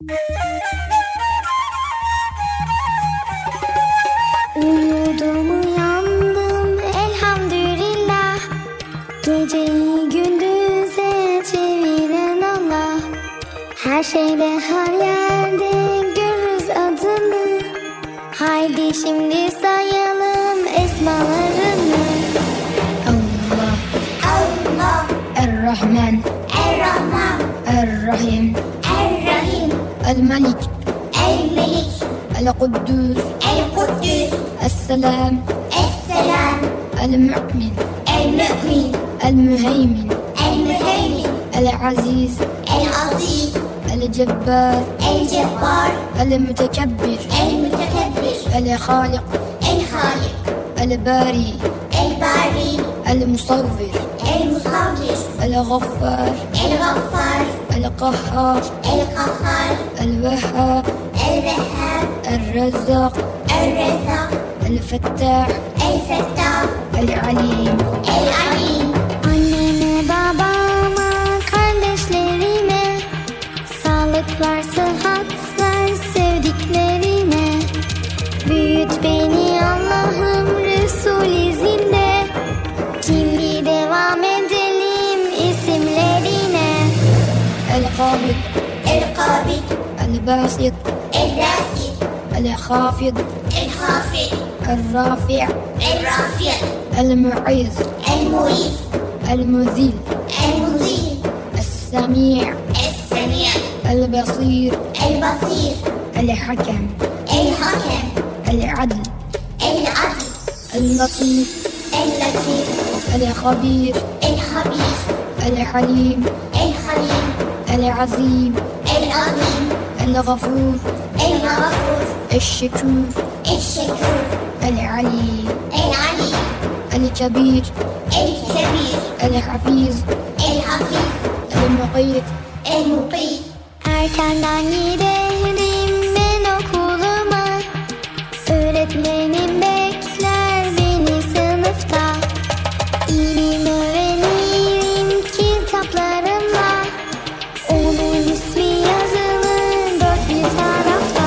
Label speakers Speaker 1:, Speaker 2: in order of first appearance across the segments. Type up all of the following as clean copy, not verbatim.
Speaker 1: Uyudum uyandım elhamdülillah. Geceyi gündüze çeviren Allah. Her şeyde her yerde görürüz adını. Haydi şimdi sayalım esmalarını. Allah,
Speaker 2: Allah,
Speaker 1: Er-Rahman,
Speaker 2: Er-Rahman,
Speaker 1: Er-Rahim,
Speaker 2: Er-Rahim,
Speaker 1: El-Malik,
Speaker 2: El-Melik,
Speaker 1: El-Kuddus,
Speaker 2: El-Kuddüs,
Speaker 1: El-Selam,
Speaker 2: Es-Selam,
Speaker 1: El-Mu'min,
Speaker 2: El-Mü'min,
Speaker 1: El-Muheymin,
Speaker 2: El-Müheymin,
Speaker 1: El-Aziz,
Speaker 2: El-Aziz,
Speaker 1: El-Cebbar,
Speaker 2: El-Cebbar,
Speaker 1: El-Mütekebbir,
Speaker 2: El-Mütekebbir,
Speaker 1: El-Khaliq,
Speaker 2: El-Halik,
Speaker 1: El-Bari,
Speaker 2: El-Bari,
Speaker 1: El-Musawwir,
Speaker 2: El-Musawwir,
Speaker 1: El-Ghaffar,
Speaker 2: El-Ghaffar,
Speaker 1: El-Qahhar,
Speaker 2: El-Qahhar,
Speaker 1: El-Wahhab,
Speaker 2: El-Vehhab,
Speaker 1: El-Razzaq,
Speaker 2: El-Rezzaq,
Speaker 1: El-Fettah,
Speaker 2: El-Fettah,
Speaker 1: El-Alim.
Speaker 2: El-Alim.
Speaker 1: Anneme, babama, kardeşlerime, sağlıklar, sıhhatler, sevdiklerime. Büyüt beni Allah'ım Resul izinde. Şimdi devam edelim isimlerine. El-Kabid,
Speaker 2: El-Kabid,
Speaker 1: El-Basit,
Speaker 2: El-Rasid,
Speaker 1: El-Khafid,
Speaker 2: El-Khafid,
Speaker 1: El-Rafi',
Speaker 2: El-Rafi',
Speaker 1: El-Mu'iz,
Speaker 2: El-Mu'iz,
Speaker 1: El-Muzil,
Speaker 2: El-Muzil,
Speaker 1: El-Sami'
Speaker 2: El-Sami',
Speaker 1: El-Basir,
Speaker 2: El-Basir,
Speaker 1: El-Hakem,
Speaker 2: El-Hakem,
Speaker 1: El-Adl,
Speaker 2: El-Adl,
Speaker 1: El-Latif,
Speaker 2: El-Latif,
Speaker 1: El-Khabir,
Speaker 2: El-Khabir,
Speaker 1: El-Halim,
Speaker 2: El-Halim,
Speaker 1: El-Azim,
Speaker 2: El-Azim,
Speaker 1: El-Ghafur,
Speaker 2: El-Ghafur,
Speaker 1: El-Shakur,
Speaker 2: El-Shekur,
Speaker 1: El-Alim,
Speaker 2: El-Ali,
Speaker 1: El-Kabir,
Speaker 2: El-Kebir,
Speaker 1: El-Hafiz,
Speaker 2: El-Hafiz,
Speaker 1: El-Muqit.
Speaker 2: El-Muqit.
Speaker 1: Erkenden giderim ben okuluma. Öğretmenim bekler beni sınıfta. İlim öğrenirim kitaplarımla. Onun ismi yazılı dört bir tarafta.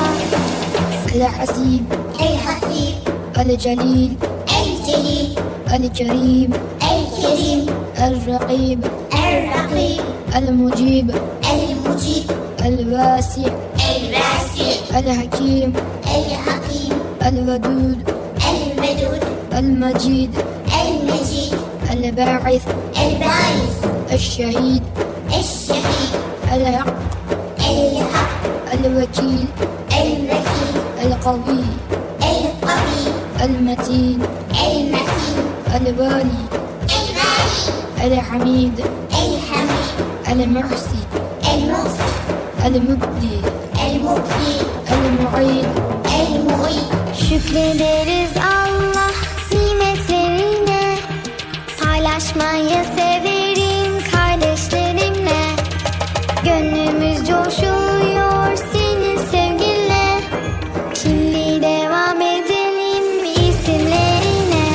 Speaker 1: El-Hasib,
Speaker 2: El-Hasib,
Speaker 1: El-Celil,
Speaker 2: El-Celil,
Speaker 1: El-Kerim,
Speaker 2: El-Kerim,
Speaker 1: El-Raqib,
Speaker 2: El-Raqib,
Speaker 1: El-Mujib,
Speaker 2: El-Mujib,
Speaker 1: El-Wasi',
Speaker 2: El-Wasi',
Speaker 1: El-Hakim,
Speaker 2: El-Hakim,
Speaker 1: El-Wadud,
Speaker 2: El-Vedud,
Speaker 1: El-Majid,
Speaker 2: El-Mejid,
Speaker 1: El-Ba'ith,
Speaker 2: El-Ba'is,
Speaker 1: El-Shahid,
Speaker 2: El-Shahid,
Speaker 1: El-Haq,
Speaker 2: El-Haq,
Speaker 1: El-Wakil,
Speaker 2: El-Vakil,
Speaker 1: El-Qawi,
Speaker 2: El-Qawi,
Speaker 1: El-Matin,
Speaker 2: El-Matin,
Speaker 1: El-Wali,
Speaker 2: El-Wali,
Speaker 1: El-Hamid,
Speaker 2: El-Hamid,
Speaker 1: El-Muhsi,
Speaker 2: El-Muhsi,
Speaker 1: El-Mubdi,
Speaker 2: El-Mubdi,
Speaker 1: El-Mu'id.
Speaker 2: El-Mu'id.
Speaker 1: Şükrederiz Allah nimetlerine. Paylaşmayı severim kardeşlerimle. Gönlümüz coşuyor senin sevginle. Şimdi devam edelim isimlerine.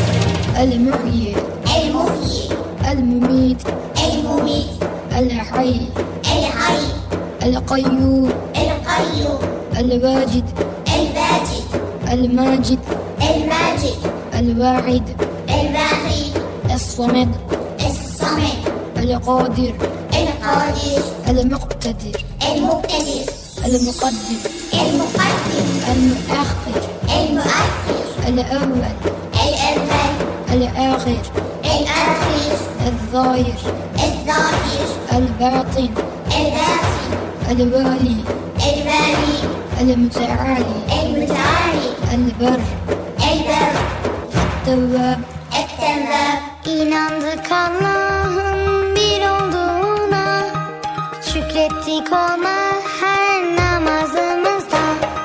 Speaker 1: El-Muhyi,
Speaker 2: El-Muhyi,
Speaker 1: El-Mumit,
Speaker 2: El-Mumit,
Speaker 1: El-Hayy,
Speaker 2: El-Hayy,
Speaker 1: El-Qayyum,
Speaker 2: El-Qayyum,
Speaker 1: El-Wajid,
Speaker 2: El-Wajid,
Speaker 1: El-Majid,
Speaker 2: El-Majid,
Speaker 1: El-Wahid,
Speaker 2: El-Wahid,
Speaker 1: El-Samed,
Speaker 2: El-Samed,
Speaker 1: El-Qadir,
Speaker 2: El-Qadir,
Speaker 1: El-Muqtadir,
Speaker 2: El-Muqtadir,
Speaker 1: El-Muqaddim,
Speaker 2: El-Muqaddim,
Speaker 1: المؤخر
Speaker 2: El-Muakhir,
Speaker 1: الأول
Speaker 2: El-Evvel,
Speaker 1: الآخر
Speaker 2: El-Akhir,
Speaker 1: الظاهر
Speaker 2: El-Zahir,
Speaker 1: الباطن
Speaker 2: El-Batin,
Speaker 1: الوالي
Speaker 2: El-Wali,
Speaker 1: المتعالي
Speaker 2: El-Muta'ali,
Speaker 1: البر
Speaker 2: El-Bar,
Speaker 1: التواب.
Speaker 2: El-Tevvab.
Speaker 1: İnandık Allah'ın bir olduğuna, şükrettik ona her namazımızda.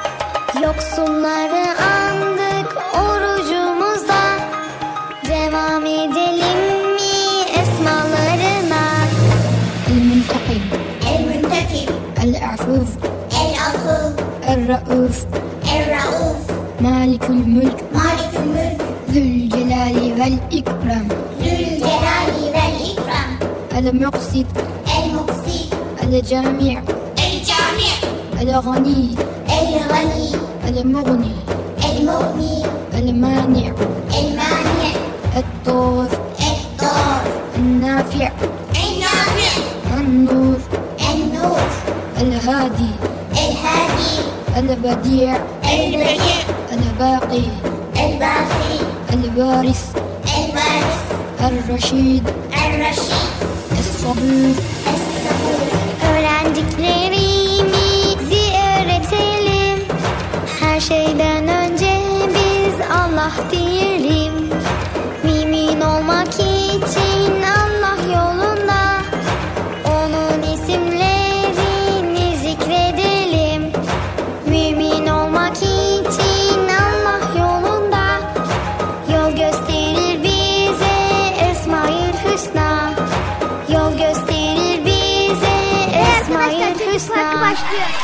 Speaker 1: Yoksulları andık orucumuzda. Devam edelim mi esmalarına? المنتقم
Speaker 2: El-Muntakim,
Speaker 1: العفوف
Speaker 2: El-Afuf,
Speaker 1: الرؤوف
Speaker 2: El-Rauf,
Speaker 1: مالك الملك
Speaker 2: Malikul Mulk,
Speaker 1: ذو الجلال والإكرام
Speaker 2: Zülcelali vel-İkram,
Speaker 1: المقسط
Speaker 2: El-Muqsit,
Speaker 1: الجامع
Speaker 2: El-Cami',
Speaker 1: الغني
Speaker 2: الغني
Speaker 1: المغني
Speaker 2: المغني
Speaker 1: المانع
Speaker 2: المانع
Speaker 1: الضار
Speaker 2: الضار
Speaker 1: النافع
Speaker 2: النافع
Speaker 1: النور
Speaker 2: النور
Speaker 1: الهادي
Speaker 2: الهادي
Speaker 1: البديع
Speaker 2: البديع
Speaker 1: الباقي
Speaker 2: الباقي
Speaker 1: الوارث
Speaker 2: الوارث
Speaker 1: الرشيد
Speaker 2: الرشيد
Speaker 1: الصبور
Speaker 2: الصبور.
Speaker 3: Öğrendiklerimizi öğretelim. Her şeyden önce biz Allah diyelim. Mümin olmak için Allah yolunda onun isimlerini zikredelim. Mümin olmak için Allah yolunda yol gösterir bize Esma-ül Hüsna. Yol gösterir bize Esma-ül Hüsna.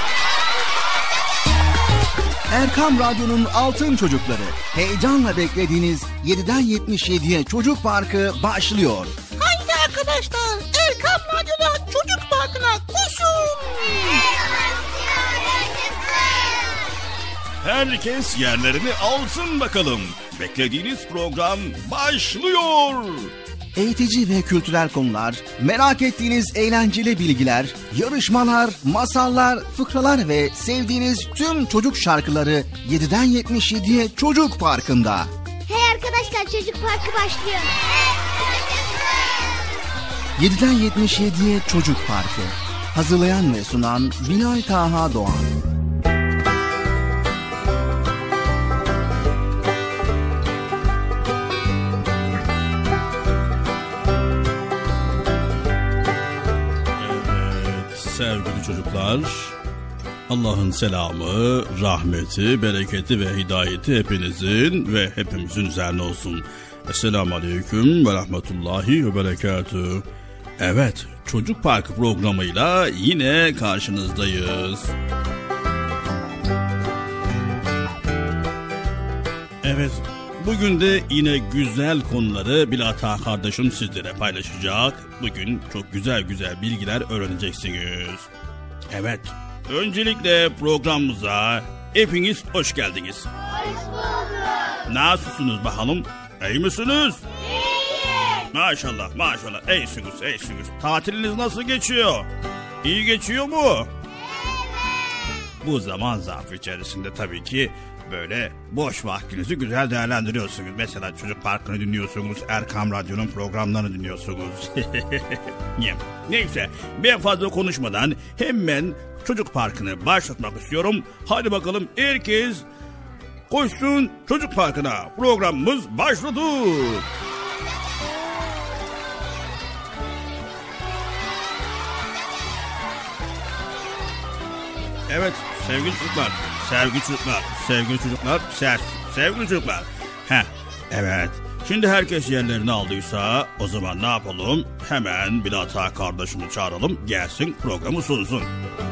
Speaker 4: Erkam Radyo'nun Altın Çocukları. Heyecanla beklediğiniz 7'den 77'ye Çocuk Parkı başlıyor.
Speaker 5: Haydi arkadaşlar, Erkam Radyo'da Çocuk Parkı'na koşun.
Speaker 6: Herkes yerlerini alsın bakalım. Beklediğiniz program başlıyor.
Speaker 4: Eğitici ve kültürel konular, merak ettiğiniz eğlenceli bilgiler, yarışmalar, masallar, fıkralar ve sevdiğiniz tüm çocuk şarkıları 7'den 77'ye Çocuk Parkı'nda.
Speaker 3: Hey arkadaşlar, Çocuk Parkı başlıyor.
Speaker 4: 7'den 77'ye Çocuk Parkı. Hazırlayan ve sunan Binay Taha Doğan.
Speaker 6: Sevgili çocuklar, Allah'ın selamı, rahmeti, bereketi ve hidayeti hepinizin ve hepimizin üzerine olsun. Esselamu Aleyküm ve Rahmetullahi ve Berekatühü. Evet, Çocuk Parkı programıyla yine karşınızdayız. Evet, bugün de yine güzel konuları Bilata kardeşim sizlere paylaşacak. Bugün çok güzel bilgiler öğreneceksiniz. Evet, öncelikle programımıza hepiniz hoş geldiniz.
Speaker 2: Hoş bulduk.
Speaker 6: Nasılsınız bakalım? İyi misiniz?
Speaker 2: İyiyim.
Speaker 6: Maşallah, iyisiniz. Tatiliniz nasıl geçiyor? İyi geçiyor mu? Evet. Bu zaman zarfı içerisinde tabii ki böyle boş vaktinizi güzel değerlendiriyorsunuz. Mesela Çocuk Parkı'nı dinliyorsunuz, Erkam Radyo'nun programlarını dinliyorsunuz. Neyse, ben fazla konuşmadan hemen Çocuk Parkı'nı başlatmak istiyorum. Hadi bakalım, herkes koşsun Çocuk Parkı'na. Programımız başladı. Evet sevgili çocuklar. Evet. Şimdi herkes yerlerini aldıysa o zaman ne yapalım? Hemen Bilata kardeşimi çağıralım, gelsin programı sunsun.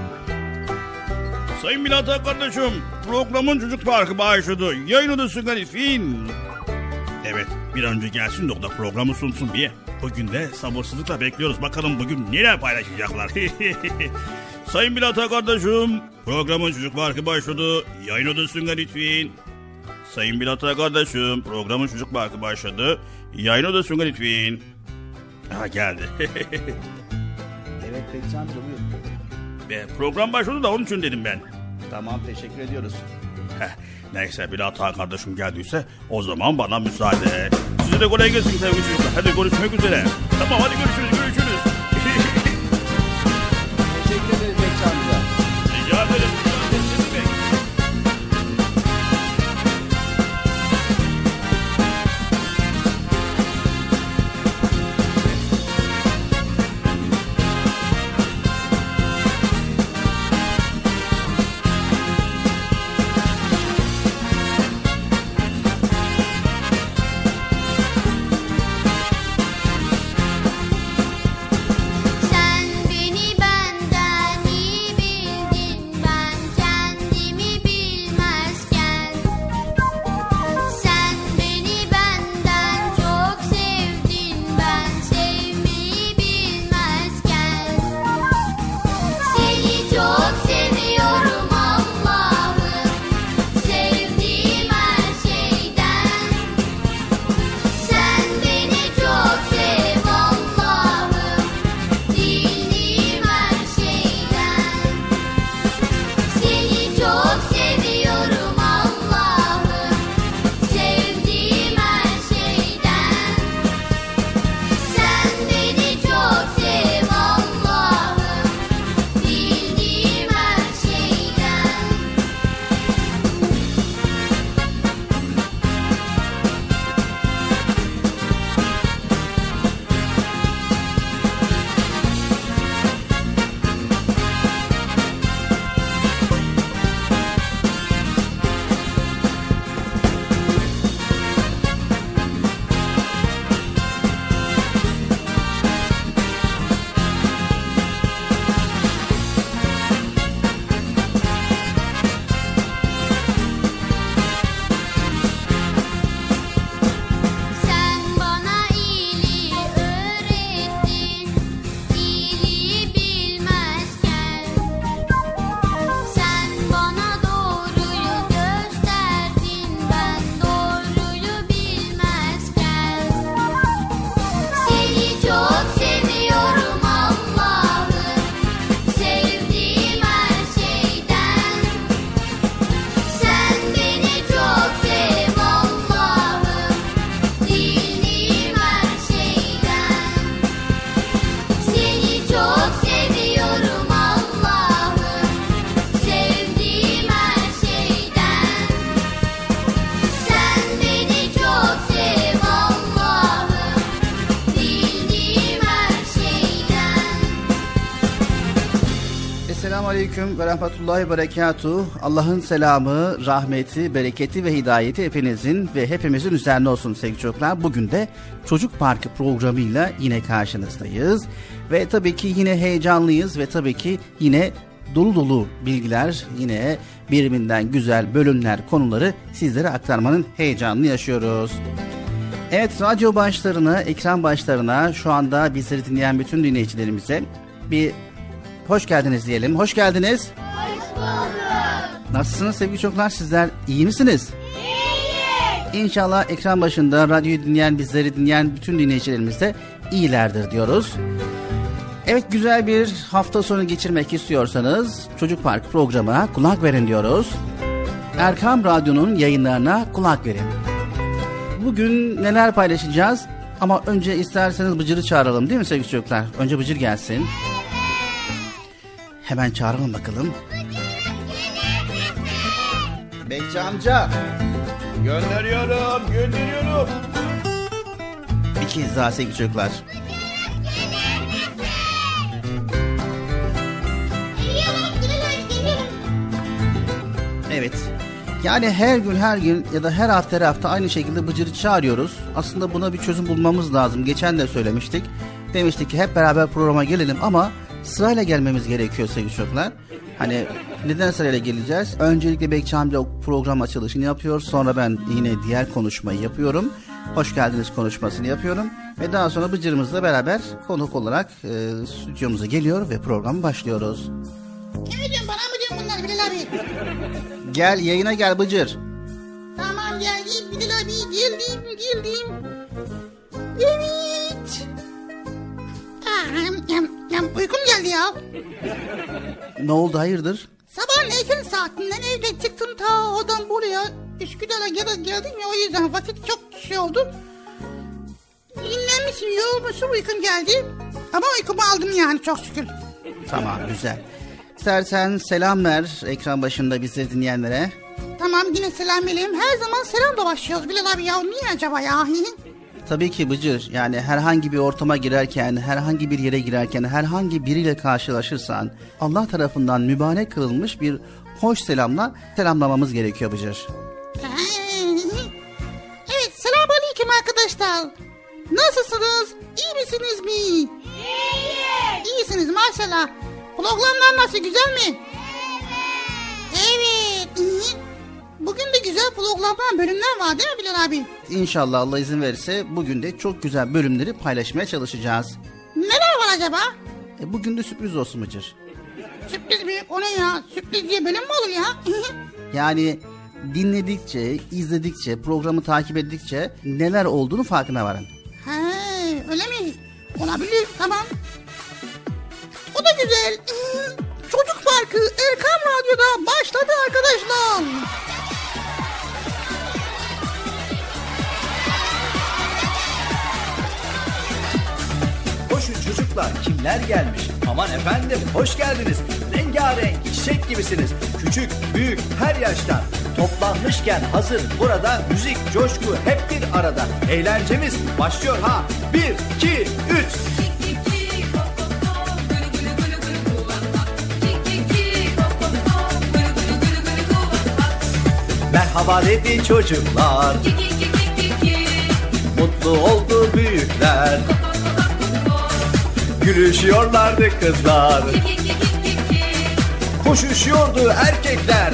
Speaker 6: Sayın Bilata kardeşim, programın Çocuk Parkı başladı. Yayın odasından ifin. Evet, bir önce gelsin de o da programı sunsun diye. Bugün de sabırsızlıkla bekliyoruz. Bakalım bugün neler paylaşacaklar. Sayın Bilata kardeşim, programın Çocuk Parkı başladı. Yayın odasından lütfen. Sayın Bilata kardeşim, programın Çocuk Parkı başladı. Yayın odasından lütfen. Ha, geldi.
Speaker 7: Evet Bekçi amca, buyur.
Speaker 6: Program başladı da onun için dedim ben.
Speaker 7: Tamam, teşekkür ediyoruz.
Speaker 6: Neyse, Bilata kardeşim geldiyse o zaman bana müsaade. Size de kolay gelsin sevgili çocuklar. Hadi görüşmek üzere. Tamam, hadi görüşürüz.
Speaker 7: Teşekkür ederiz Bekçi amca.
Speaker 6: Rica ederim.
Speaker 7: aleyküm ve rahmetullahi ve berekatuhu. Allah'ın selamı, rahmeti, bereketi ve hidayeti hepinizin ve hepimizin üzerine olsun sevgili çocuklar. Bugün de Çocuk Parkı programıyla yine karşınızdayız. Ve tabii ki yine heyecanlıyız ve tabii ki yine dolu dolu bilgiler, yine birbirinden güzel bölümler, konuları sizlere aktarmanın heyecanını yaşıyoruz. Evet, radyo başlarına, ekran başlarına, şu anda bizleri dinleyen bütün dinleyicilerimize bir hoş geldiniz diyelim. Hoş geldiniz.
Speaker 2: Hoş bulduk.
Speaker 7: Nasılsınız sevgili çocuklar? Sizler iyi misiniz?
Speaker 2: İyiyiz.
Speaker 7: İnşallah ekran başında radyoyu dinleyen, bizleri dinleyen bütün dinleyicilerimiz de iyilerdir diyoruz. Evet, güzel bir hafta sonu geçirmek istiyorsanız Çocuk Park programına kulak verin diyoruz. Erkam Radyo'nun yayınlarına kulak verin. Bugün neler paylaşacağız? Ama önce isterseniz Bıcır'ı çağıralım, değil mi sevgili çocuklar? Önce Bıcır gelsin. Hemen çağıralım bakalım.
Speaker 4: Bekçi amca.
Speaker 6: Gönderiyorum.
Speaker 7: Bir kez daha sevgili çocuklar. Evet. Yani her gün ya da her hafta aynı şekilde Bıcır'ı çağırıyoruz. Aslında buna bir çözüm bulmamız lazım. Geçen de söylemiştik. Demiştik ki hep beraber programa gelelim ama sırayla gelmemiz gerekiyor sevgili çocuklar. Hani neden sırayla geleceğiz? Öncelikle Bekçi amca program açılışını yapıyor. Sonra ben yine diğer konuşmayı yapıyorum. Hoş geldiniz konuşmasını yapıyorum. Ve daha sonra Bıcır'ımızla beraber konuk olarak stüdyomuza geliyor ve programa başlıyoruz.
Speaker 5: Kime diyorsun, bana mı diyorsun bunlar Bilal abi?
Speaker 7: Gel yayına gel Bıcır.
Speaker 5: Tamam geldim Bilal abi, geldim. Evet. Uykum geldi ya.
Speaker 7: Ne oldu, hayırdır?
Speaker 5: Sabahın erken saatinden evden çıktım, ta oradan buraya Üsküdar'a geldim ya, o yüzden vakit çok oldu. Dinlenmişim, yorulmuşum, uykum geldi. Ama uykumu aldım yani, çok şükür.
Speaker 7: Tamam, güzel. İstersen selam ver ekran başında bizi dinleyenlere.
Speaker 5: Tamam, yine selam vereyim. Her zaman selamla başlıyoruz Bilal abi ya, niye acaba ya?
Speaker 7: Tabii ki Bıcır, yani herhangi bir ortama girerken, herhangi bir yere girerken, herhangi biriyle karşılaşırsan Allah tarafından mübarek kılınmış bir hoş selamla selamlamamız gerekiyor Bıcır.
Speaker 5: Evet, selamünaleyküm arkadaşlar. Nasılsınız? İyi misiniz mi?
Speaker 2: İyiyiz.
Speaker 5: İyisiniz maşallah. Programlar nasıl, güzel mi? Evet. Bugün de güzel programlar, bölümler var değil mi Bilal abi?
Speaker 7: İnşallah Allah izin verirse bugün de çok güzel bölümleri paylaşmaya çalışacağız.
Speaker 5: Neler var acaba?
Speaker 7: Bugün de sürpriz olsun Bıcır.
Speaker 5: Sürpriz mi? O ne ya? Sürpriz diye bölüm mü olur ya?
Speaker 7: Yani dinledikçe, izledikçe, programı takip ettikçe neler olduğunu farkına varın.
Speaker 5: Öyle mi? Olabilir, tamam. O da güzel. Çocuk Parkı Erkam Radyo'da başladı arkadaşlar.
Speaker 8: Koşun çocuklar, kimler gelmiş? Aman efendim, hoş geldiniz. Rengarenk, çiçek gibisiniz. Küçük, büyük, her yaştan. Toplanmışken hazır burada müzik, coşku hep bir arada. Eğlencemiz başlıyor ha. 1, 2, 3. Merhaba dedi çocuklar. Mutlu oldu büyükler. Gülüşüyorlardı kızlar. Koşuşuyordu erkekler.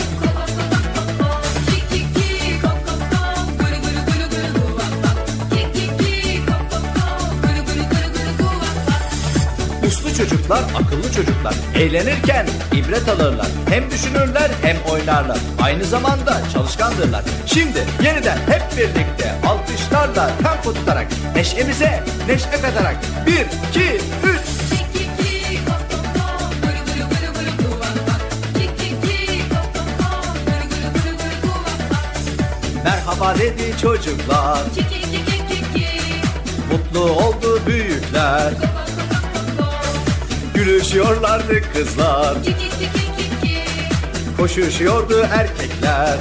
Speaker 8: Uslu çocuklar, akıllı çocuklar. Eğlenirken ibret alırlar. Hem düşünürler hem oynarlar. Aynı zamanda çalışkandırlar. Şimdi yeniden hep birlikte alkışlarla tempo tutarak neşemize neşe katarak 1, 2, 3. Merhaba dedi çocuklar. Mutlu oldu büyükler. Gülüşüyorlardı kızlar. Koşuşuyordu erkekler.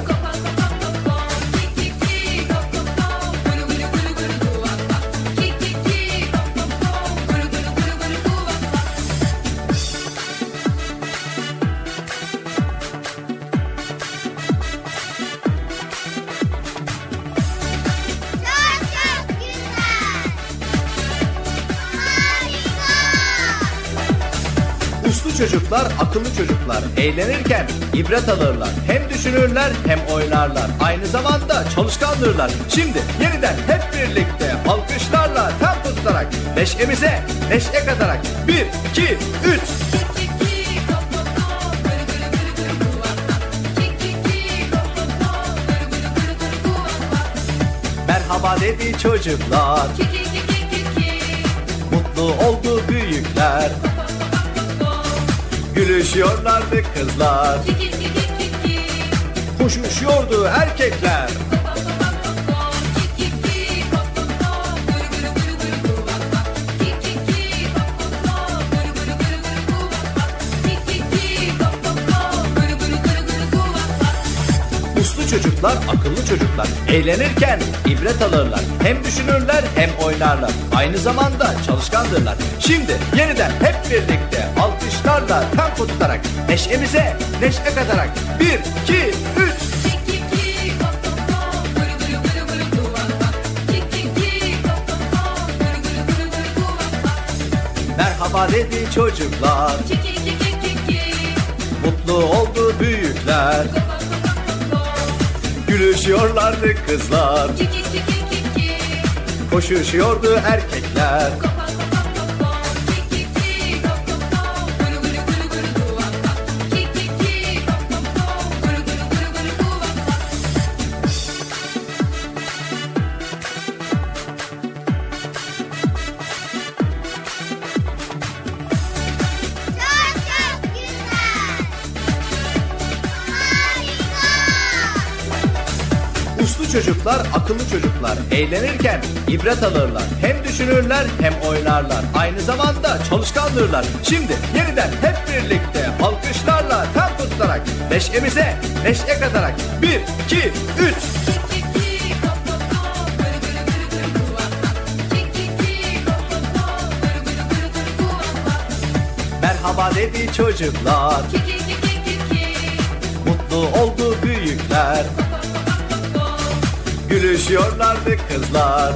Speaker 8: çocuklar, akıllı çocuklar. Eğlenirken ibret alırlar. Hem düşünürler hem oynarlar. Aynı zamanda çalışkandırlar. Şimdi yeniden hep birlikte alkışlarla tempo tutarak neşemize neşe katarak 1, 2, 3. Merhaba dedi çocuklar. Mutlu oldu büyükler. Gülüşüyorlardı kızlar. Koşuşuyordu erkekler. Uslu çocuklar, akıllı çocuklar. Eğlenirken ibret alırlar. Hem düşünürler hem oynarlar. Aynı zamanda çalışkandırlar. Şimdi yeniden hep birlikte alkışlarla tempo tutarak neşemize neşe katarak 1, 2, 3. Merhaba dedi çocuklar. Mutlu oldu büyükler. Gülüşüyorlardı kızlar. Koşuşuyordu erkekler. Çocuklar, akıllı çocuklar. Eğlenirken ibret alırlar. Hem düşünürler hem oynarlar. Aynı zamanda çalışkandırlar. Şimdi yeniden hep birlikte alkışlarla tempo tutarak neşemize neşe katarak 1, 2, 3. Merhaba dedi çocuklar. Mutlu oldu büyükler. Gülüşüyorlardı kızlar.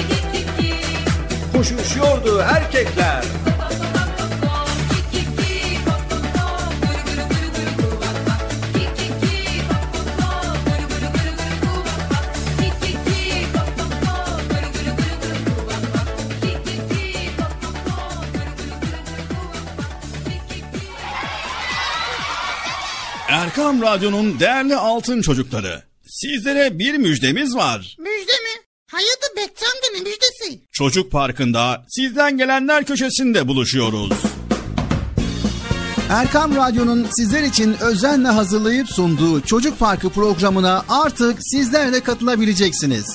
Speaker 8: Koşuşuyordu erkekler.
Speaker 6: Erkam Radyo'nun değerli altın çocukları. Sizlere bir müjdemiz var.
Speaker 5: Müjde mi? Hayırdır Bekçi amca, ne müjdesi?
Speaker 6: Çocuk Parkı'nda sizden gelenler köşesinde buluşuyoruz.
Speaker 4: Erkam Radyo'nun sizler için özenle hazırlayıp sunduğu Çocuk Parkı programına artık sizler de katılabileceksiniz.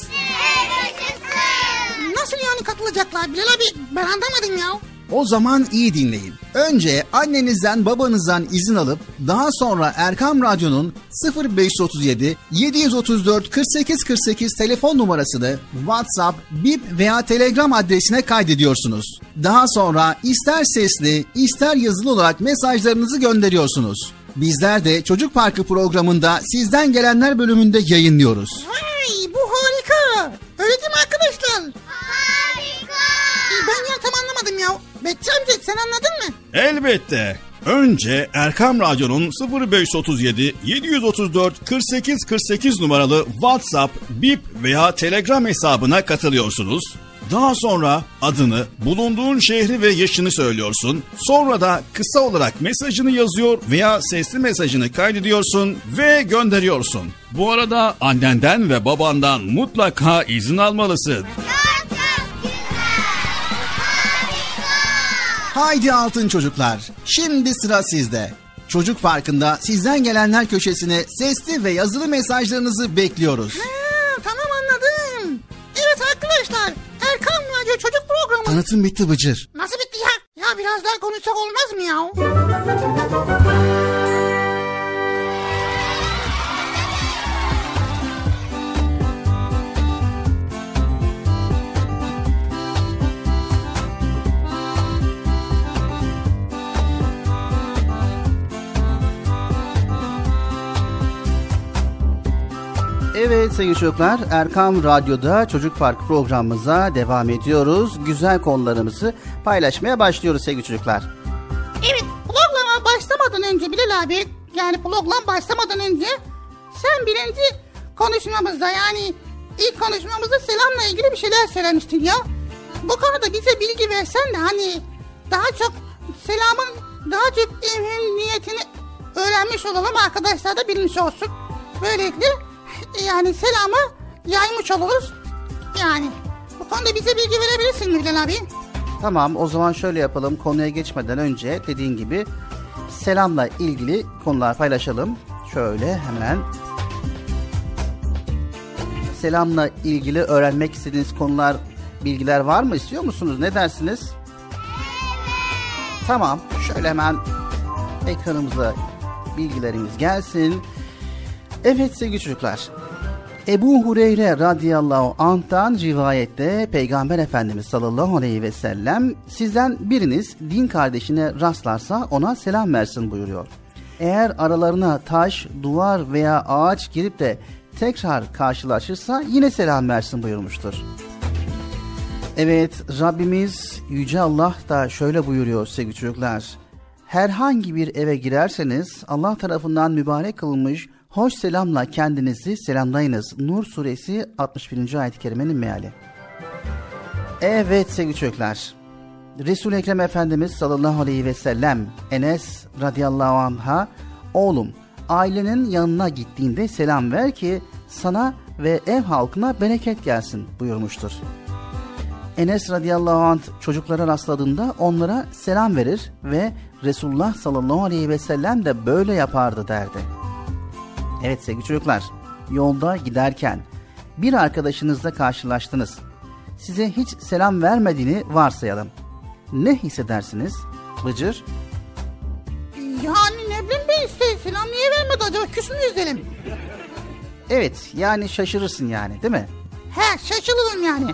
Speaker 5: Nasıl yani katılacaklar Bilal abi? Ben anlamadım ya.
Speaker 4: O zaman iyi dinleyin. Önce annenizden babanızdan izin alıp daha sonra Erkam Radyo'nun 0537 734 48 48 telefon numarasını WhatsApp, Bip veya Telegram adresine kaydediyorsunuz. Daha sonra ister sesli ister yazılı olarak mesajlarınızı gönderiyorsunuz. Bizler de Çocuk Parkı programında sizden gelenler bölümünde yayınlıyoruz.
Speaker 5: Vay, bu harika. Öyle değil mi arkadaşlar?
Speaker 2: Harika.
Speaker 5: Ben ya tam anlamadım ya. Bekçi amca sen anladın mı?
Speaker 6: Elbette. Önce Erkam Radyo'nun 0537 734 48 48 numaralı WhatsApp, Bip veya Telegram hesabına katılıyorsunuz. Daha sonra adını, bulunduğun şehri ve yaşını söylüyorsun. Sonra da kısa olarak mesajını yazıyor veya sesli mesajını kaydediyorsun ve gönderiyorsun. Bu arada annenden ve babandan mutlaka izin almalısın.
Speaker 4: Haydi altın çocuklar, şimdi sıra sizde. Çocuk Parkı'nda sizden gelenler köşesine sesli ve yazılı mesajlarınızı bekliyoruz.
Speaker 5: Tamam anladım. Evet arkadaşlar, Erkam Radyo Çocuk Programı.
Speaker 4: Tanıtım bitti Bıcır.
Speaker 5: Nasıl bitti ya? Ya biraz daha konuşsak olmaz mı ya?
Speaker 7: Evet sevgili çocuklar, Erkam Radyo'da Çocuk Parkı programımıza devam ediyoruz. Güzel konularımızı paylaşmaya başlıyoruz sevgili çocuklar.
Speaker 5: Evet, programa önce Bilal abi, yani program başlamadan önce sen birinci konuşmamızda, yani ilk konuşmamızda selamla ilgili bir şeyler söylemiştin ya. Bu konuda bize bilgi versen de hani daha çok selamın daha çok ehemmiyetini öğrenmiş olalım, arkadaşlar da bilmiş olsun. Böylelikle yani selamı yaymış oluruz. Yani bu konuda bize bilgi verebilirsin mi Bilal abi?
Speaker 7: Tamam, o zaman şöyle yapalım. Konuya geçmeden önce dediğin gibi selamla ilgili konular paylaşalım. Şöyle hemen. Selamla ilgili öğrenmek istediğiniz konular, bilgiler var mı? İstiyor musunuz? Ne dersiniz? Tamam, şöyle hemen ekranımıza bilgilerimiz gelsin. Evet sevgili çocuklar, Ebu Hureyre radıyallahu anh'tan rivayette Peygamber Efendimiz sallallahu aleyhi ve sellem sizden biriniz din kardeşine rastlarsa ona selam versin buyuruyor. Eğer aralarına taş, duvar veya ağaç girip de tekrar karşılaşırsa yine selam versin buyurmuştur. Evet, Rabbimiz Yüce Allah da şöyle buyuruyor sevgili çocuklar. Herhangi bir eve girerseniz Allah tarafından mübarek kılınmış hoş selamla kendinizi selamlayınız. Nur suresi 61. ayet-i kerimenin meali. Evet sevgili çocuklar, Resul-i Ekrem Efendimiz sallallahu aleyhi ve sellem Enes radıyallahu anh'a oğlum ailenin yanına gittiğinde selam ver ki sana ve ev halkına bereket gelsin buyurmuştur. Enes radıyallahu anh çocuklara rastladığında onlara selam verir ve Resulullah sallallahu aleyhi ve sellem de böyle yapardı derdi. Evet sevgili çocuklar, yolda giderken bir arkadaşınızla karşılaştınız. Size hiç selam vermediğini varsayalım. Ne hissedersiniz? Bıcır?
Speaker 5: Yani ne bileyim ben işte, selam niye vermedi acaba, küs müyüz dedim.
Speaker 7: Evet, yani şaşırırsın yani, değil mi?
Speaker 5: He, şaşırırım yani.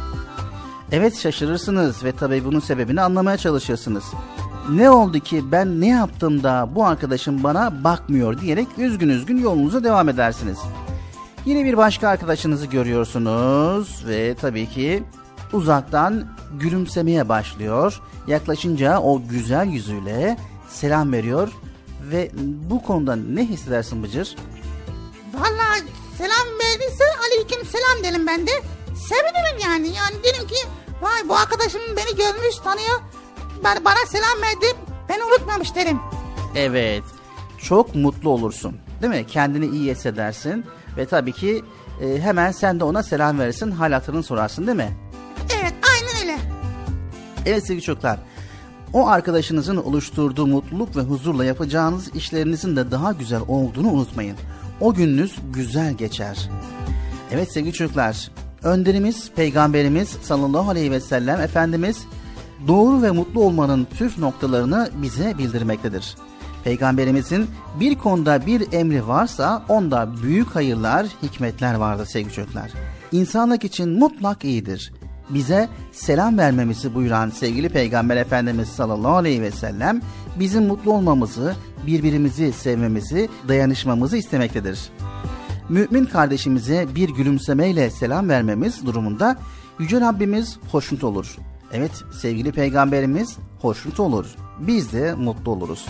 Speaker 7: Evet, şaşırırsınız ve tabii bunun sebebini anlamaya çalışırsınız. Ne oldu ki, ben ne yaptım da bu arkadaşım bana bakmıyor diyerek üzgün üzgün yolunuza devam edersiniz. Yine bir başka arkadaşınızı görüyorsunuz ve tabii ki uzaktan gülümsemeye başlıyor. Yaklaşınca o güzel yüzüyle selam veriyor ve bu konuda ne hissedersin Bıcır?
Speaker 5: Vallahi selam verdiyse aleyküm selam derim ben de. Sevinirim yani. Yani derim ki vay bu arkadaşım beni görmüş, tanıyor. Bana selam verdi, beni unutmamış derim.
Speaker 7: Evet, çok mutlu olursun değil mi? Kendini iyi hissedersin ve tabii ki hemen sen de ona selam verirsin, hal hatırını sorarsın değil mi?
Speaker 5: Evet, aynen öyle.
Speaker 7: Evet sevgili çocuklar, o arkadaşınızın oluşturduğu mutluluk ve huzurla yapacağınız işlerinizin de daha güzel olduğunu unutmayın. O gününüz güzel geçer. Evet sevgili çocuklar, önderimiz Peygamberimiz sallallahu aleyhi ve sellem Efendimiz doğru ve mutlu olmanın püf noktalarını bize bildirmektedir. Peygamberimizin bir konuda bir emri varsa onda büyük hayırlar, hikmetler vardır sevgili çocuklar. İnsanlık için mutlak iyidir. Bize selam vermemizi buyuran sevgili Peygamber Efendimiz sallallahu aleyhi ve sellem bizim mutlu olmamızı, birbirimizi sevmemizi, dayanışmamızı istemektedir. Mümin kardeşimize bir gülümsemeyle selam vermemiz durumunda Yüce Rabbimiz hoşnut olur. Evet, sevgili Peygamberimiz hoşnut olur. Biz de mutlu oluruz.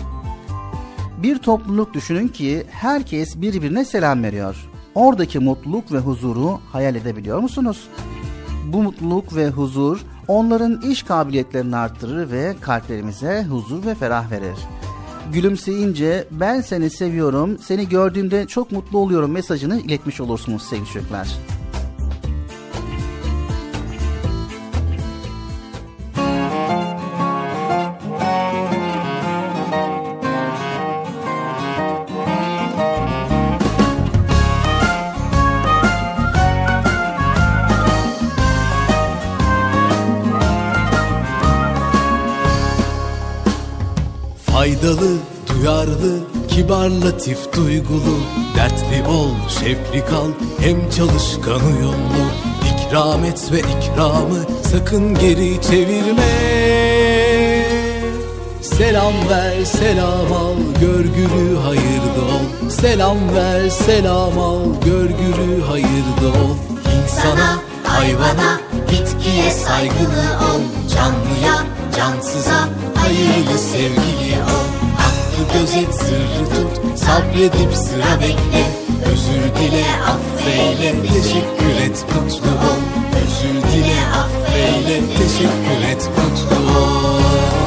Speaker 7: Bir topluluk düşünün ki herkes birbirine selam veriyor. Oradaki mutluluk ve huzuru hayal edebiliyor musunuz? Bu mutluluk ve huzur onların iş kabiliyetlerini arttırır ve kalplerimize huzur ve ferah verir. Gülümseyince ben seni seviyorum, seni gördüğümde çok mutlu oluyorum mesajını iletmiş olursunuz sevgili çocuklar.
Speaker 9: Faydalı, duyarlı, kibar, latif, duygulu, dertli ol, şevkli kal, hem çalışkan uyumlu. İkram et ve ikramı sakın geri çevirme. Selam ver, selam al, görgülü hayırda ol. Selam ver, selam al, görgülü hayırda ol. İnsana, hayvana, bitkiye saygılı ol. Canlıya, cansıza hayırlı sevgili ol. Hakkı Hakkı gözet, sırrı tut, sabredip sıra bekle. Özür dile, affeyle, teşekkür et, mutlu ol. Özür dile, affeyle, teşekkür et, mutlu ol.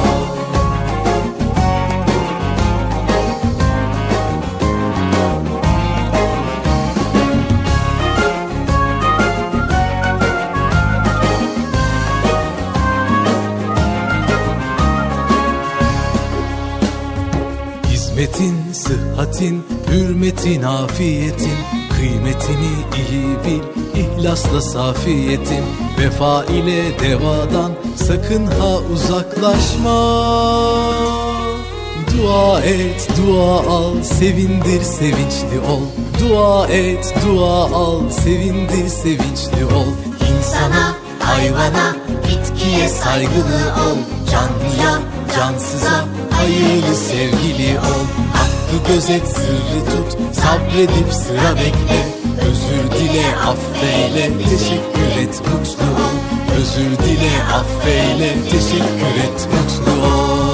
Speaker 9: Hizmetin, sıhhatin, hürmetin, afiyetin, kıymetini iyi bil, ihlasla safiyetin. Vefa ile devadan sakın ha uzaklaşma. Dua et, dua al, sevindir, sevinçli ol. Dua et, dua al, sevindir, sevinçli ol. İnsana, hayvana, bitkiye saygılı ol. Canlıya, cansıza hayırlı sevgili ol. Hakkı gözet, sırrı tut, sabredip sıra bekle. Özür dile, affeyle, teşekkür et, mutlu ol. Özür dile, affeyle, teşekkür et, mutlu ol.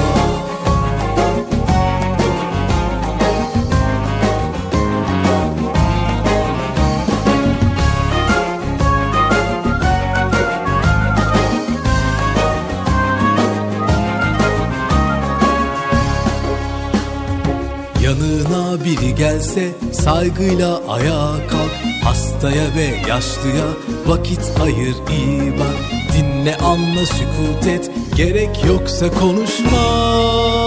Speaker 9: Yanına biri gelse saygıyla ayağa kalk. Hastaya ve yaşlıya vakit ayır, iyi bak. Dinle, anla, sükut et, gerek yoksa konuşma.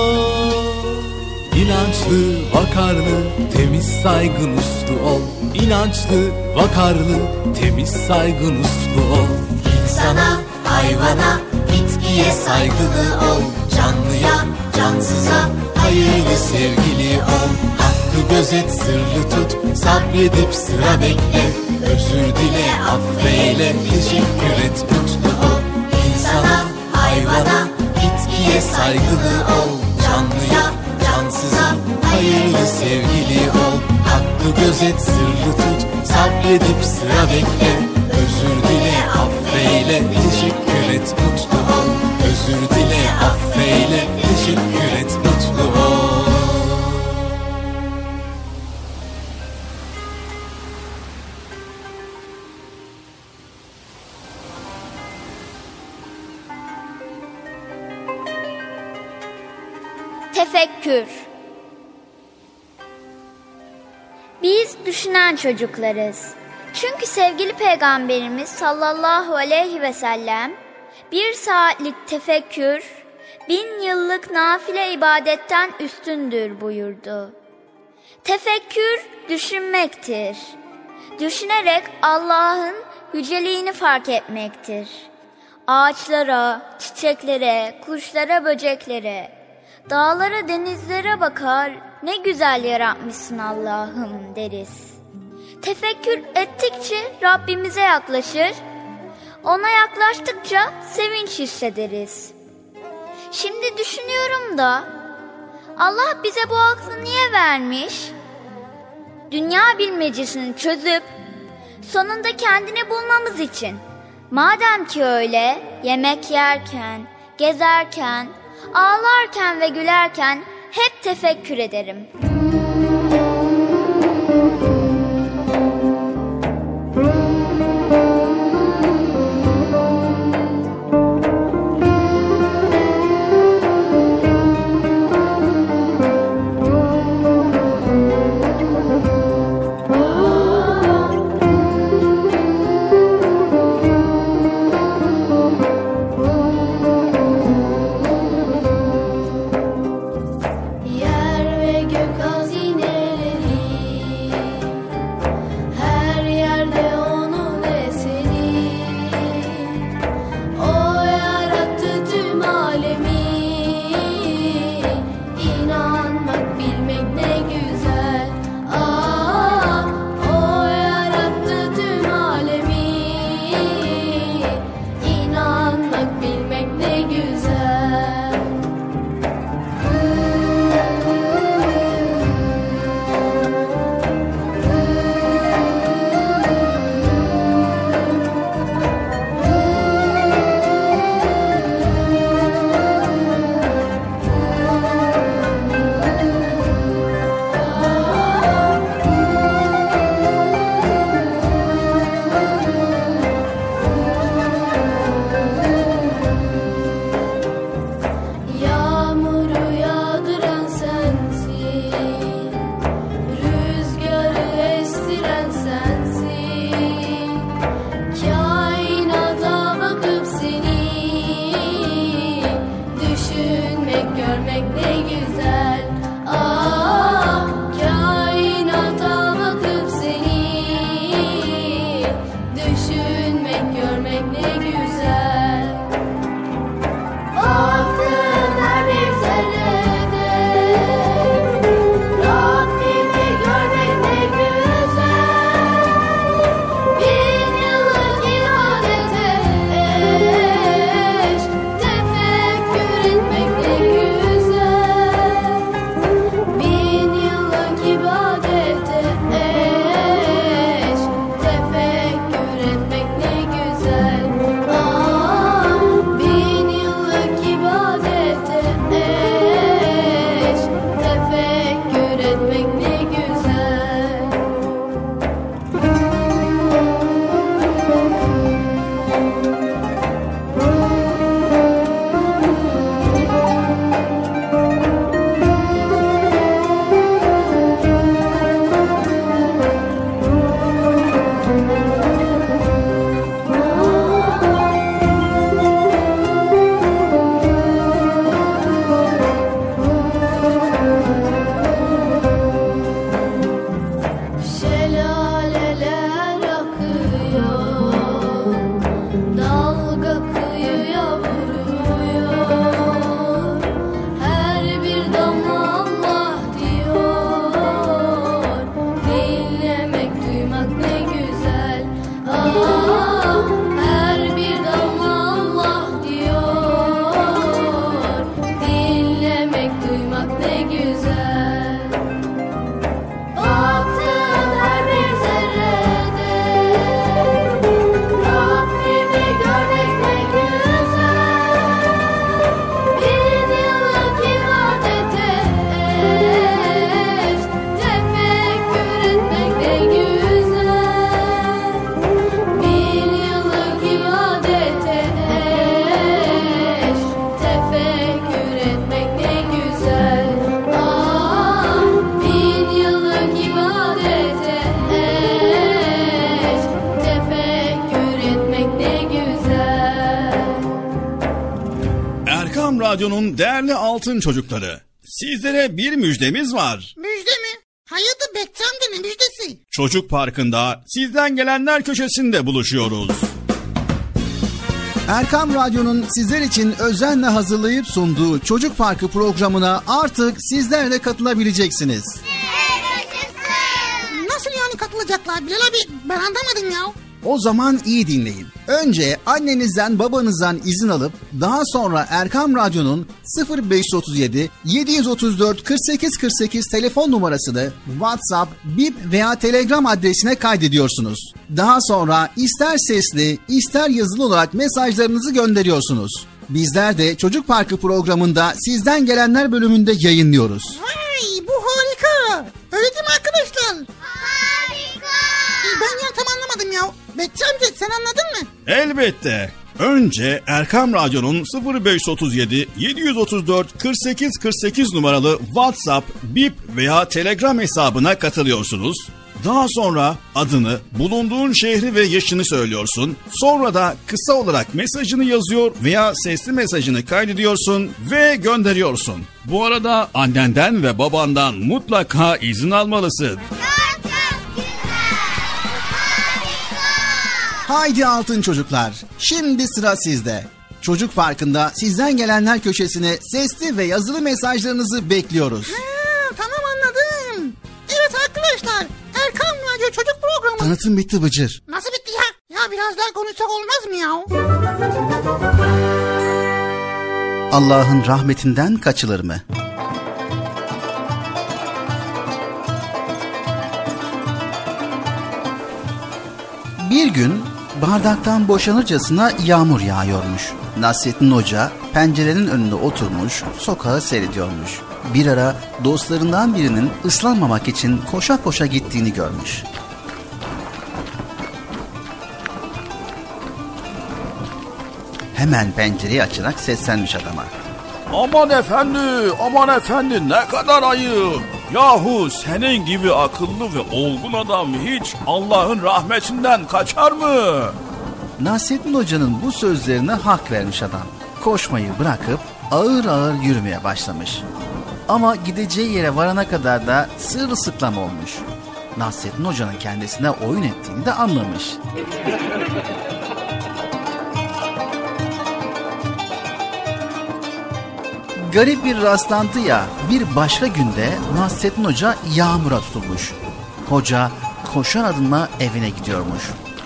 Speaker 9: İnançlı, vakarlı, temiz, saygın, uslu ol. İnançlı, vakarlı, temiz, saygın, uslu ol. İnsana, hayvana, bitkiye saygılı ol. Canlıya, cansıza hayırlı sevgili ol. Hakkı gözet, sırrı tut, sabredip sıra bekle. Özür dile, affeyle, teşekkür et, mutlu ol. İnsana, hayvana, bitkiye saygılı ol. Canlıya, cansıza hayırlı sevgili ol. Hakkı gözet, sırrı tut, sabredip sıra bekle. Özür dile, affeyle, teşekkür et, mutlu ol. Özür dile, affeyle, teşekkür et, mutlu ol.
Speaker 3: Tefekkür. Biz düşünen çocuklarız. Çünkü sevgili Peygamberimiz sallallahu aleyhi ve sellem 1 saatlik tefekkür 1000 yıllık nafile ibadetten üstündür buyurdu. Tefekkür düşünmektir. Düşünerek Allah'ın yüceliğini fark etmektir. Ağaçlara, çiçeklere, kuşlara, böceklere, dağlara, denizlere bakar, ne güzel yaratmışsın Allah'ım deriz. Tefekkür ettikçe Rabbimize yaklaşır, ona yaklaştıkça sevinç hissederiz. Şimdi düşünüyorum da, Allah bize bu aklı niye vermiş? Dünya bilmecesini çözüp, sonunda kendini bulmamız için. Madem ki öyle, yemek yerken, gezerken, ağlarken ve gülerken hep tefekkür ederim.
Speaker 10: Yer ve gök
Speaker 6: Radyo'nun değerli altın çocukları, sizlere bir müjdemiz var.
Speaker 5: Müjde mi? Hayırdır Bekçi amca, ne müjdesi?
Speaker 6: Çocuk Parkı'nda sizden gelenler köşesinde buluşuyoruz.
Speaker 4: Erkam Radyo'nun sizler için özenle hazırlayıp sunduğu Çocuk Parkı programına artık sizler de katılabileceksiniz.
Speaker 5: Nasıl yani katılacaklar Bilal abi? Ben anlamadım ya.
Speaker 4: O zaman iyi dinleyin. Önce annenizden babanızdan izin alıp daha sonra Erkam Radyo'nun 0537 734 48 48 telefon numarasını WhatsApp, Bip veya Telegram adresine kaydediyorsunuz. Daha sonra ister sesli ister yazılı olarak mesajlarınızı gönderiyorsunuz. Bizler de Çocuk Parkı programında sizden gelenler bölümünde yayınlıyoruz.
Speaker 5: Vay, bu harika. Öyle değil mi arkadaşlar?
Speaker 2: Harika.
Speaker 5: Ben ya tam anlamadım ya. Bekçi amca sen anladın mı?
Speaker 6: Elbette. Önce Erkam Radyo'nun 0537 734 48 48 numaralı WhatsApp, Bip veya Telegram hesabına katılıyorsunuz. Daha sonra adını, bulunduğun şehri ve yaşını söylüyorsun. Sonra da kısa olarak mesajını yazıyor veya sesli mesajını kaydediyorsun ve gönderiyorsun. Bu arada annenden ve babandan mutlaka izin almalısın.
Speaker 4: Haydi altın çocuklar, şimdi sıra sizde. Çocuk Parkı'nda sizden gelenler köşesine sesli ve yazılı mesajlarınızı bekliyoruz.
Speaker 5: Tamam anladım. Evet arkadaşlar, Erkam Radyo Çocuk Programı.
Speaker 4: Tanıtım bitti Bıcır.
Speaker 5: Nasıl bitti ya? Ya biraz daha konuşsak olmaz mı ya?
Speaker 7: Allah'ın rahmetinden kaçılır mı? Bir gün bardaktan boşanırcasına yağmur yağıyormuş. Nasrettin Hoca pencerenin önünde oturmuş, sokağı seyrediyormuş. Bir ara dostlarından birinin ıslanmamak için koşa koşa gittiğini görmüş. Hemen pencereyi açarak seslenmiş adama.
Speaker 6: Aman efendi ne kadar ayıp. Yahu senin gibi akıllı ve olgun adam hiç Allah'ın rahmetinden kaçar mı?
Speaker 7: Nasrettin Hoca'nın bu sözlerine hak vermiş adam. Koşmayı bırakıp ağır ağır yürümeye başlamış. Ama gideceği yere varana kadar da sırılsıklam olmuş. Nasrettin Hoca'nın kendisine oyun ettiğini de anlamış. Garip bir rastlantı bir başka günde Nasrettin Hoca yağmura tutulmuş. Hoca koşar adımla evine gidiyormuş.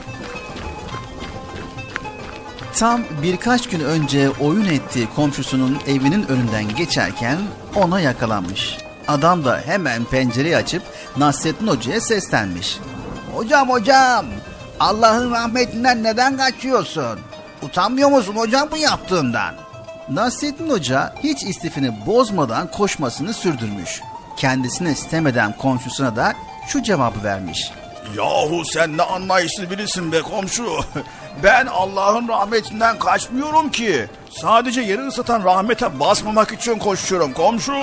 Speaker 7: Tam birkaç gün önce oyun ettiği komşusunun evinin önünden geçerken ona yakalanmış. Adam da hemen pencereyi açıp Nasrettin Hoca'ya seslenmiş.
Speaker 10: Hocam, Allah'ın rahmetinden neden kaçıyorsun? Utanmıyor musun hocam bu yaptığından?
Speaker 7: Nasrettin Hoca hiç istifini bozmadan koşmasını sürdürmüş. Kendisine sitem eden komşusuna da şu cevabı vermiş.
Speaker 6: Yahu sen ne anlayışsız birisin be komşu. Ben Allah'ın rahmetinden kaçmıyorum ki. Sadece yeri ısıtan rahmete basmamak için koşuyorum komşu.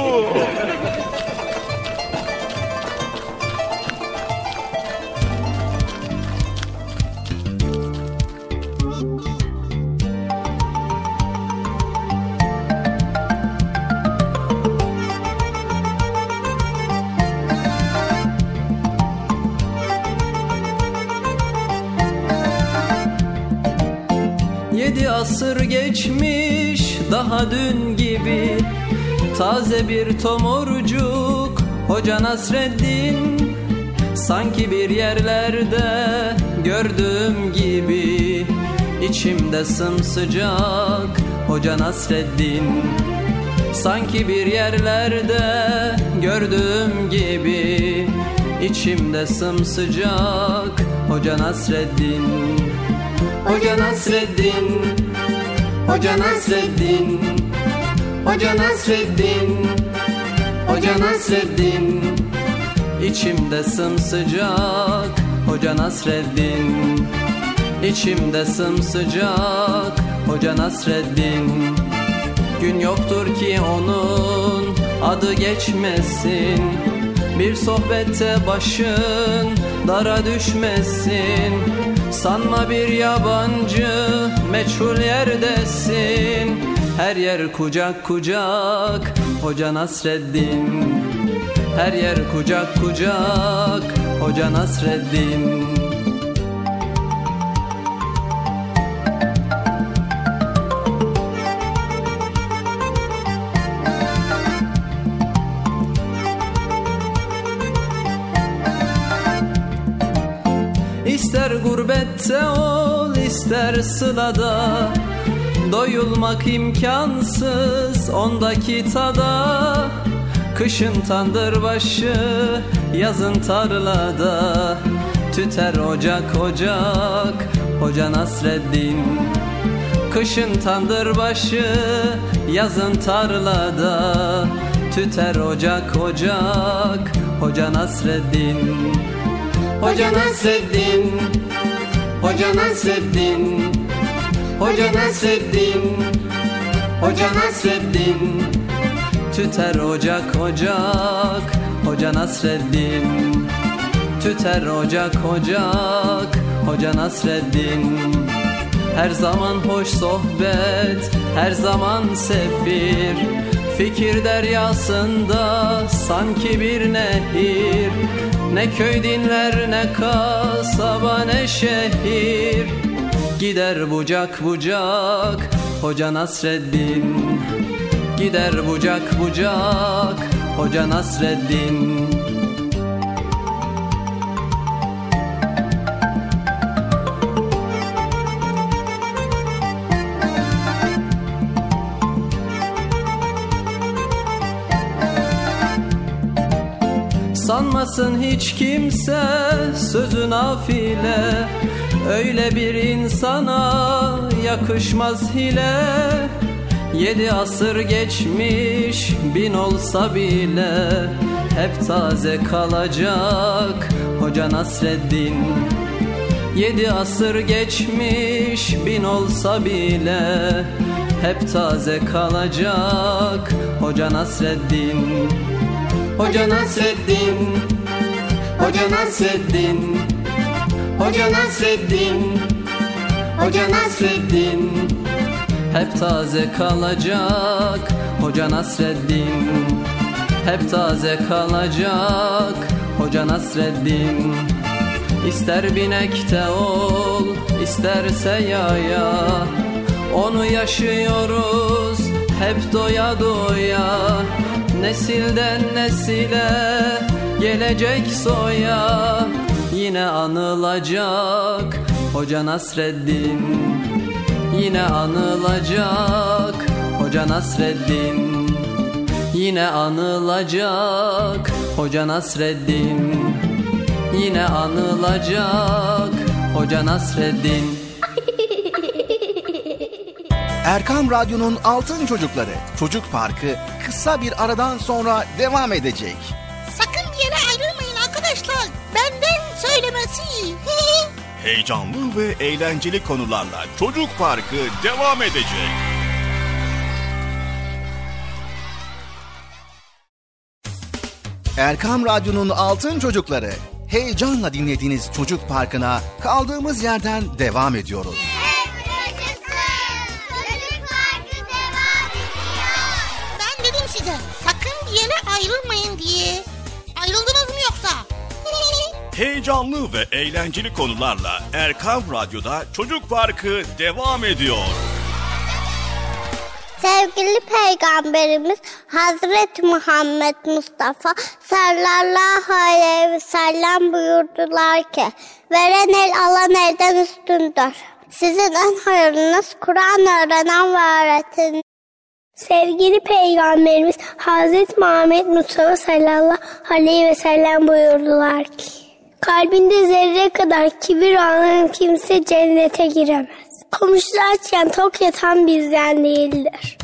Speaker 11: Asır geçmiş daha dün gibi, taze bir tomurcuk Hoca Nasreddin. Sanki bir yerlerde gördüğüm gibi, içimde sımsıcak Hoca Nasreddin. Sanki bir yerlerde gördüğüm gibi, içimde sımsıcak Hoca Nasreddin. Hoca Nasreddin, Hoca Nasreddin, Hoca Nasreddin, Hoca Nasreddin. İçimde sımsıcak Hoca Nasreddin. İçimde sımsıcak Hoca Nasreddin. Gün yoktur ki onun adı geçmesin, bir sohbette başın dara düşmesin. Sanma bir yabancı meçhul yerdesin, Her yer kucak kucak Hoca Nasreddin. Her yer kucak kucak Hoca Nasreddin. İster gurbette ol, ister sılada, doyulmak imkansız ondaki tada. Kışın tandır başı, yazın tarlada, tüter ocak ocak Hoca Nasreddin. Kışın tandır başı, yazın tarlada, tüter ocak ocak Hoca Nasreddin. Hoca Nasreddin, Hoca Nasreddin, Hoca Nasreddin, Hoca Nasreddin. Tüter ocak ocak Hoca Nasreddin. Tüter ocak ocak Hoca Nasreddin. Her zaman hoş sohbet, her zaman sefir, fikir deryasında sanki bir nehir. Ne köy dinler, ne kasaba, ne şehir, gider bucak bucak Hoca Nasreddin. Gider bucak bucak Hoca Nasreddin. Sanmasın hiç kimse sözü nafile, öyle bir insana yakışmaz hile. 7 asır geçmiş 1000 olsa bile, hep taze kalacak Hoca Nasreddin. 7 asır geçmiş 1000 olsa bile, hep taze kalacak Hoca Nasreddin. Hoca Nasreddin, Hoca Nasreddin, Hoca Nasreddin, Hoca Nasreddin. Hep taze kalacak Hoca Nasreddin. Hep taze kalacak Hoca Nasreddin. İster binekte ol, isterse yaya, onu yaşıyoruz hep doya doya. Nesilden nesile gelecek soya, yine anılacak Hoca Nasreddin. Yine anılacak Hoca Nasreddin. Yine anılacak Hoca Nasreddin. Yine anılacak Hoca Nasreddin.
Speaker 4: Erkam Radyo'nun Altın Çocukları Çocuk Parkı kısa bir aradan sonra devam edecek.
Speaker 5: Sakın bir yere ayrılmayın arkadaşlar. Benden söylemesi.
Speaker 6: Heyecanlı ve eğlenceli konularla Çocuk Parkı devam edecek.
Speaker 4: Erkam Radyo'nun Altın Çocukları, heyecanla dinlediğiniz Çocuk Parkı'na kaldığımız yerden devam ediyoruz.
Speaker 5: Ben dedim size sakın bir yere ayrılmayın diye. Ayrıldınız mı yoksa?
Speaker 6: Heyecanlı ve eğlenceli konularla Erkam Radyo'da Çocuk Parkı devam ediyor.
Speaker 2: Sevgili Peygamberimiz Hazreti Muhammed Mustafa sallallahu aleyhi ve sellem buyurdular ki, veren el alan elden üstündür. Sizin en hayırlınız Kur'an öğrenen ve öğreten.
Speaker 12: Sevgili Peygamberimiz Hazreti Muhammed Mustafa sallallahu aleyhi ve sellem buyurdular ki, kalbinde zerre kadar kibir olan kimse cennete giremez. Komşusu açken tok yatan bizden değildir.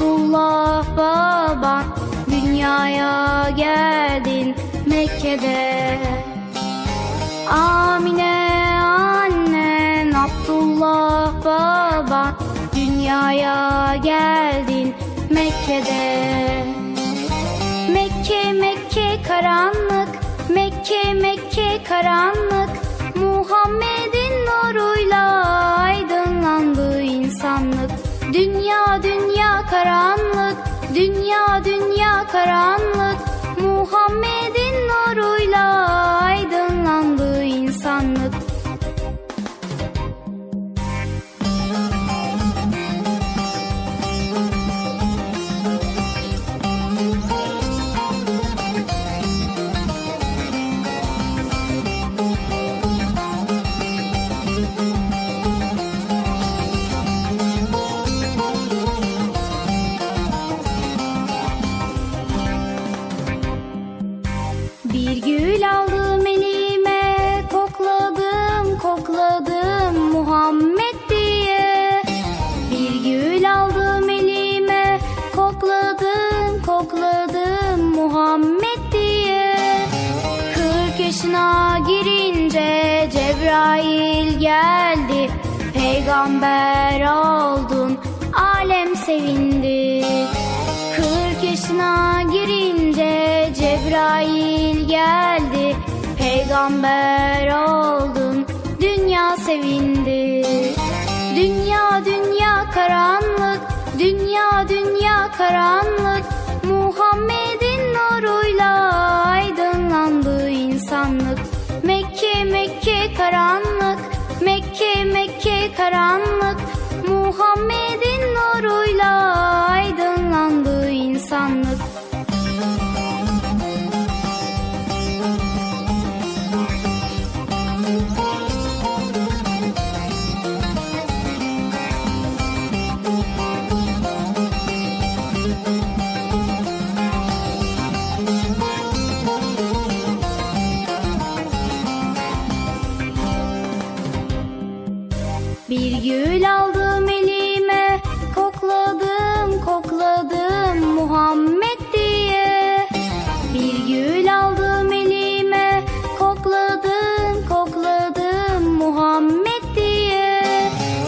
Speaker 13: Abdullah baban, dünyaya geldin Mekke'de. Amine annen, Abdullah baban, dünyaya geldin Mekke'de. Mekke Mekke karanlık, Mekke Mekke karanlık, Muhammed'in nuruyla aydınlandı insanlık. Dünya dünya karanlık, dünya dünya karanlık, Muhammed'in nuruyla aydınlandı insanlık. Bir gül aldım elime, kokladım kokladım Muhammed diye. Bir gül aldım elime, kokladım kokladım Muhammed diye. 40 yaşına girince Cebrail geldi, peygamber oldun, alem sevindi. 40 yaşına girince Cebrail geldi, peygamber oldun, dünya sevindi. Dünya dünya karanlık, dünya dünya karanlık, Muhammed'in nuruyla aydınlandı insanlık. Mekke Mekke karanlık, Mekke Mekke karanlık, Muhammed'in nuruyla aydınlandı insanlık. Bir gül aldım elime, kokladım kokladım Muhammed diye. Bir gül aldım elime, kokladım kokladım Muhammed diye.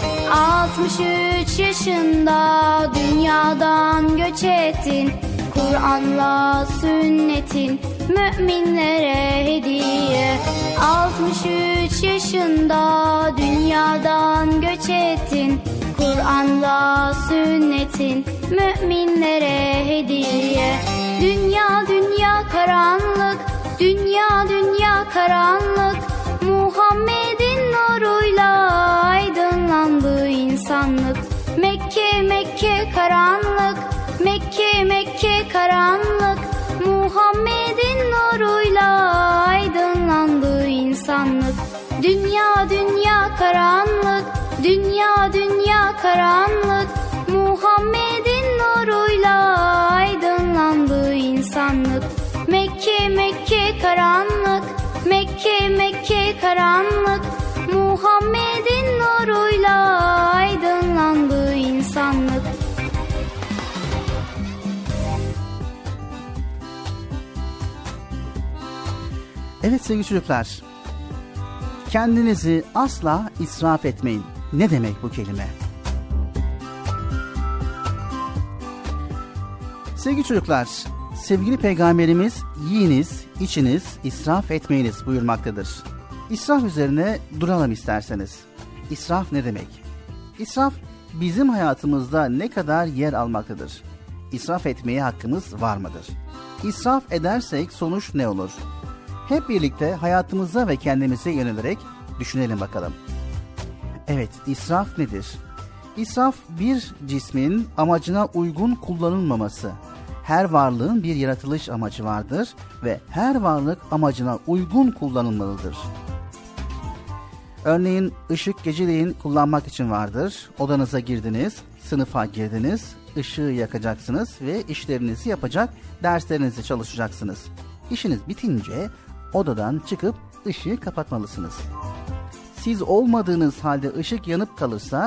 Speaker 13: 63 yaşında dünyadan göç ettin, Kur'an'la sünnetin müminlere hediye. 63 yaşında dünyadan göç ettin, Kur'an'la sünnetin müminlere hediye. Dünya dünya karanlık, dünya dünya karanlık, Muhammed'in nuruyla aydınlandı insanlık. Mekke Mekke karanlık, Mekke Mekke karanlık, Muhammed'in nuruyla aydınlandı insanlık. Dünya dünya karanlık, dünya dünya karanlık, Muhammed'in nuruyla aydınlandı insanlık. Mekke Mekke karanlık, Mekke Mekke karanlık, Muhammed'in nuruyla aydınlandı insanlık.
Speaker 7: Evet sevgili çocuklar, kendinizi asla israf etmeyin. Ne demek bu kelime? Sevgili çocuklar, sevgili Peygamberimiz yiyiniz, içiniz, israf etmeyiniz buyurmaktadır. İsraf üzerine duralım isterseniz. İsraf ne demek? İsraf bizim hayatımızda ne kadar yer almaktadır? İsraf etmeye hakkımız var mıdır? İsraf edersek sonuç ne olur? Hep birlikte hayatımıza ve kendimize yönelerek düşünelim bakalım. Evet, israf nedir? İsraf bir cismin amacına uygun kullanılmaması. Her varlığın bir yaratılış amacı vardır ve her varlık amacına uygun kullanılmalıdır. Örneğin ışık geceleyin kullanmak için vardır. Odanıza girdiniz, sınıfa girdiniz, ışığı yakacaksınız ve işlerinizi yapacak, derslerinizi çalışacaksınız. İşiniz bitince odadan çıkıp ışığı kapatmalısınız. Siz olmadığınız halde ışık yanıp kalırsa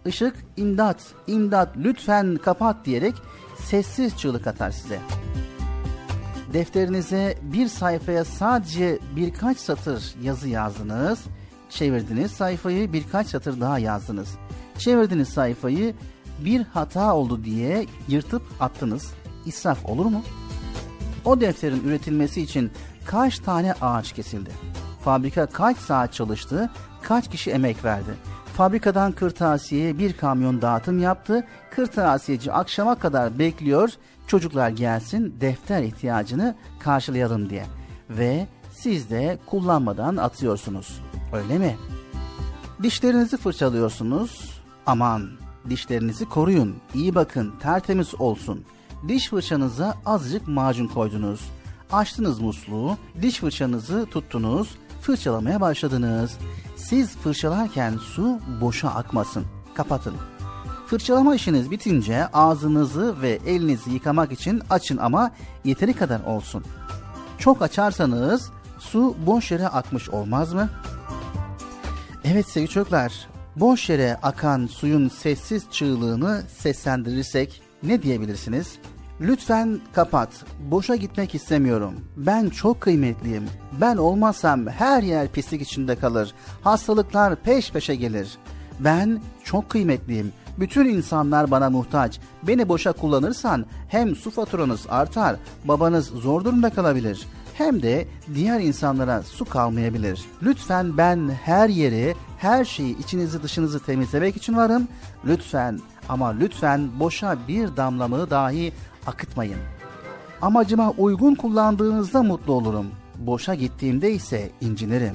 Speaker 7: Işık imdat, imdat lütfen kapat diyerek sessiz çığlık atar size. Defterinize bir sayfaya sadece birkaç satır yazı yazdınız. Çevirdiniz sayfayı, birkaç satır daha yazdınız. Çevirdiniz sayfayı, bir hata oldu diye yırtıp attınız. İsraf olur mu? O defterin üretilmesi için kaç tane ağaç kesildi? Fabrika kaç saat çalıştı? Kaç kişi emek verdi? Fabrikadan kırtasiyeye bir kamyon dağıtım yaptı. Kırtasiyeci akşama kadar bekliyor. Çocuklar gelsin, defter ihtiyacını karşılayalım diye. Ve siz de kullanmadan atıyorsunuz. Öyle mi? Dişlerinizi fırçalıyorsunuz. Aman, dişlerinizi koruyun. İyi bakın, tertemiz olsun. Diş fırçanıza azıcık macun koydunuz. Açtınız musluğu, diş fırçanızı tuttunuz, fırçalamaya başladınız. Siz fırçalarken su boşa akmasın. Kapatın. Fırçalama işiniz bitince ağzınızı ve elinizi yıkamak için açın ama yeteri kadar olsun. Çok açarsanız su boş yere akmış olmaz mı? Evet sevgili çocuklar, boş yere akan suyun sessiz çığlığını seslendirirsek ne diyebilirsiniz? Lütfen kapat, boşa gitmek istemiyorum. Ben çok kıymetliyim. Ben olmazsam her yer pislik içinde kalır. Hastalıklar peş peşe gelir. Ben çok kıymetliyim. Bütün insanlar bana muhtaç. Beni boşa kullanırsan hem su faturanız artar, babanız zor durumda kalabilir. Hem de diğer insanlara su kalmayabilir. Lütfen ben her yeri, her şeyi, içinizi dışınızı temizlemek için varım. Lütfen ama lütfen boşa bir damlamı dahi akıtmayın. Amacıma uygun kullandığınızda mutlu olurum. Boşa gittiğimde ise incinirim.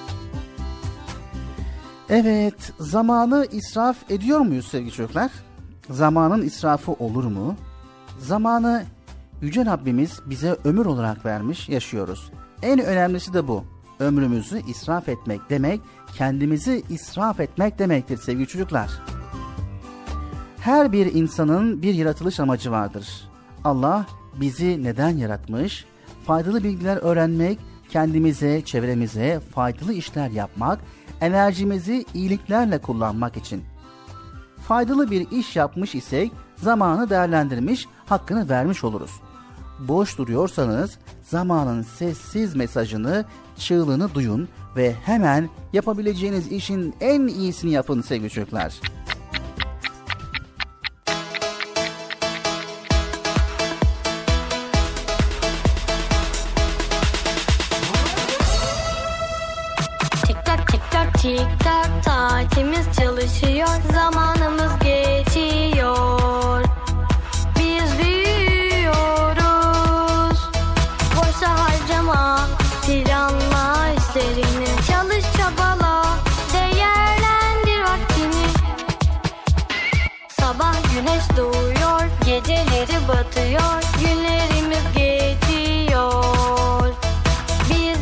Speaker 7: Evet, zamanı israf ediyor muyuz sevgili çocuklar? Zamanın israfı olur mu? Zamanı Yüce Rabbimiz bize ömür olarak vermiş, yaşıyoruz. En önemlisi de bu. Ömrümüzü israf etmek demek, kendimizi israf etmek demektir sevgili çocuklar. Her bir insanın bir yaratılış amacı vardır. Allah bizi neden yaratmış? Faydalı bilgiler öğrenmek, kendimize, çevremize faydalı işler yapmak, enerjimizi iyiliklerle kullanmak için. Faydalı bir iş yapmış isek zamanı değerlendirmiş, hakkını vermiş oluruz. Boş duruyorsanız zamanın sessiz mesajını, çığlığını duyun ve hemen yapabileceğiniz işin en iyisini yapın sevgili çocuklar.
Speaker 14: Tik tak saatimiz çalışıyor, zamanımız geçiyor. Biz büyüyoruz. Boşa harcama, planla işlerini. Çalış çabala, değerlendir vaktini. Sabah güneş doğuyor, geceleri batıyor. Günlerimiz geçiyor. Biz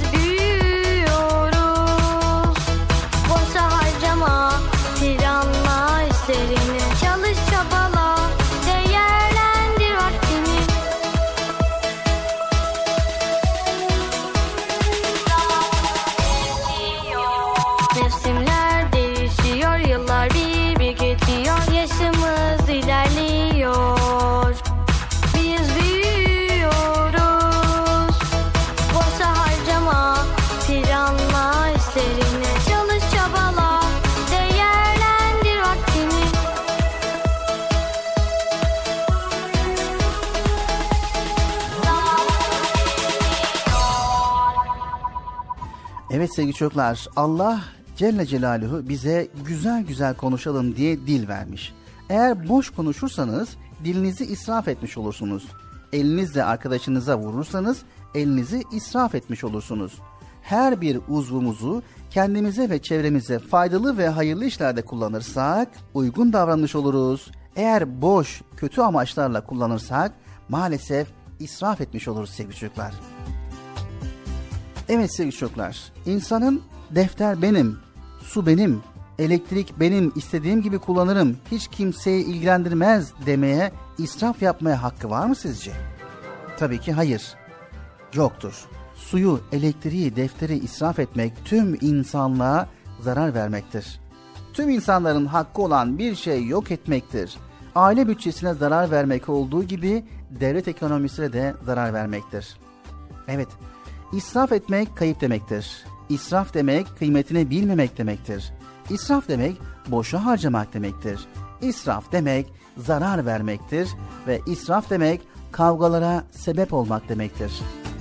Speaker 14: planla işlerini, çalış çabala, değerlendir vaktini. Mevsimler değişiyor, yıllar bir bir geçiyor. Yaşımız ilerliyor. Biz büyüyoruz. Boşa harcama, planla işlerini, çalış çabala.
Speaker 7: Evet sevgili çocuklar, Allah Celle Celaluhu bize güzel güzel konuşalım diye dil vermiş. Eğer boş konuşursanız dilinizi israf etmiş olursunuz. Elinizle arkadaşınıza vurursanız elinizi israf etmiş olursunuz. Her bir uzvumuzu kendimize ve çevremize faydalı ve hayırlı işlerde kullanırsak uygun davranmış oluruz. Eğer boş, kötü amaçlarla kullanırsak maalesef israf etmiş oluruz sevgili çocuklar. Evet sevgili çocuklar, insanın defter benim, su benim, elektrik benim, istediğim gibi kullanırım, hiç kimseyi ilgilendirmez demeye, israf yapmaya hakkı var mı sizce? Tabii ki hayır, yoktur. Suyu, elektriği, defteri israf etmek tüm insanlığa zarar vermektir. tüm insanların hakkı olan bir şey yok etmektir. Aile bütçesine zarar vermek olduğu gibi devlet ekonomisine de zarar vermektir. Evet, israf etmek kayıp demektir. İsraf demek kıymetini bilmemek demektir. İsraf demek boşa harcamak demektir. İsraf demek zarar vermektir ve israf demek kavgalara sebep olmak demektir.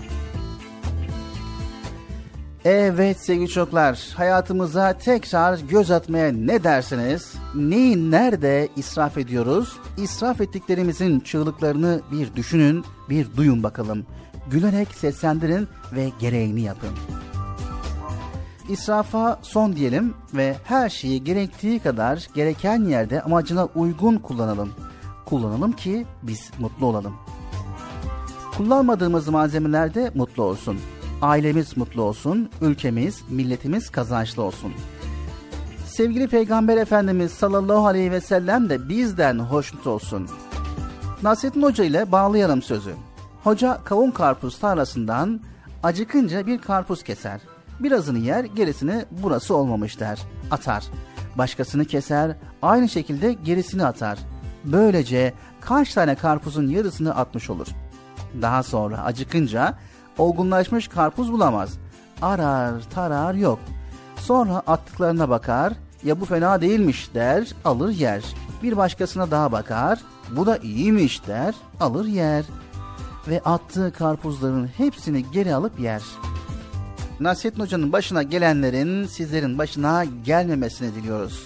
Speaker 7: Evet sevgili çocuklar, hayatımıza tekrar göz atmaya ne dersiniz? Neyi nerede israf ediyoruz? İsraf ettiklerimizin çığlıklarını bir düşünün, bir duyun bakalım. Gülerek seslendirin ve gereğini yapın. İsrafa son diyelim ve her şeyi gerektiği kadar gereken yerde amacına uygun kullanalım. Kullanalım ki biz mutlu olalım. Kullanmadığımız malzemelerde mutlu olsun. Ailemiz mutlu olsun, ülkemiz, milletimiz kazançlı olsun. Sevgili Peygamber Efendimiz sallallahu aleyhi ve sellem de bizden hoşnut olsun. Nasrettin Hoca ile bağlayalım sözü. Hoca kavun karpuz tarlasından acıkınca bir karpuz keser. Birazını yer, gerisini burası olmamış der. Atar. Başkasını keser, aynı şekilde gerisini atar. Böylece kaç tane karpuzun yarısını atmış olur. Daha sonra acıkınca olgunlaşmış karpuz bulamaz. Arar tarar yok. Sonra attıklarına bakar, ya bu fena değilmiş der, alır yer. Bir başkasına daha bakar, bu da iyiymiş der, alır yer. Ve attığı karpuzların hepsini geri alıp yer. Nasrettin Hoca'nın başına gelenlerin sizlerin başına gelmemesini diliyoruz.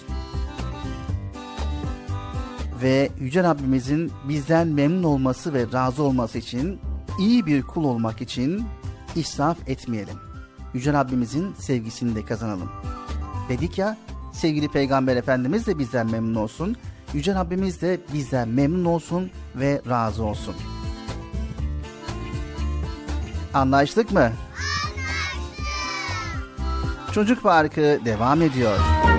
Speaker 7: Ve Yüce Rabbimizin bizden memnun olması ve razı olması için, iyi bir kul olmak için israf etmeyelim. Yüce Rabbimizin sevgisini de kazanalım. Dedik ya, sevgili Peygamber Efendimiz de bizden memnun olsun, Yüce Rabbimiz de bizden memnun olsun ve razı olsun. Anlaştık mı? Anlaştık. Çocuk Parkı devam ediyor.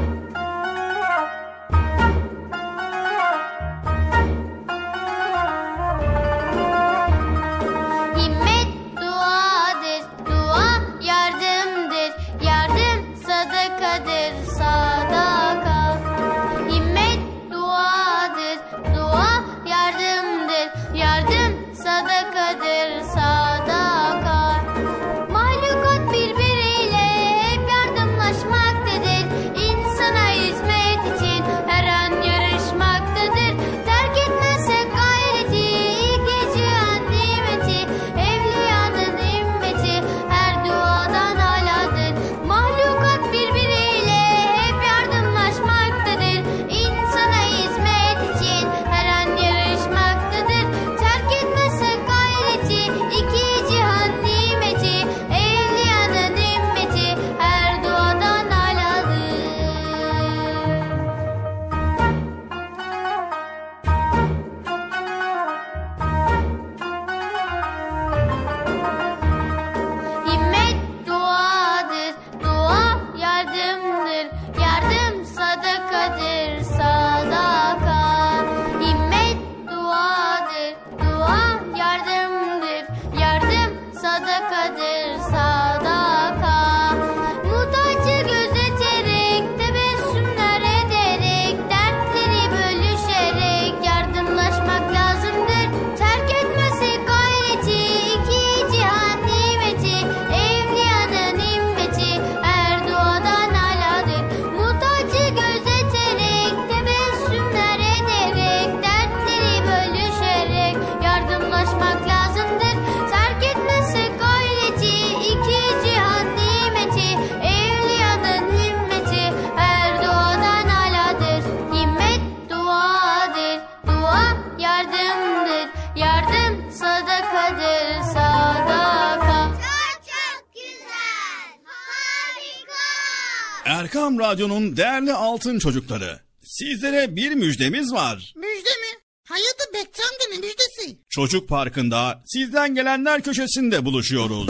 Speaker 6: Erkam Radyo'nun değerli altın çocukları, sizlere bir müjdemiz var.
Speaker 5: Müjde mi? Hayatı Bekçam'da ne müjdesi?
Speaker 6: Çocuk Parkı'nda sizden gelenler köşesinde buluşuyoruz.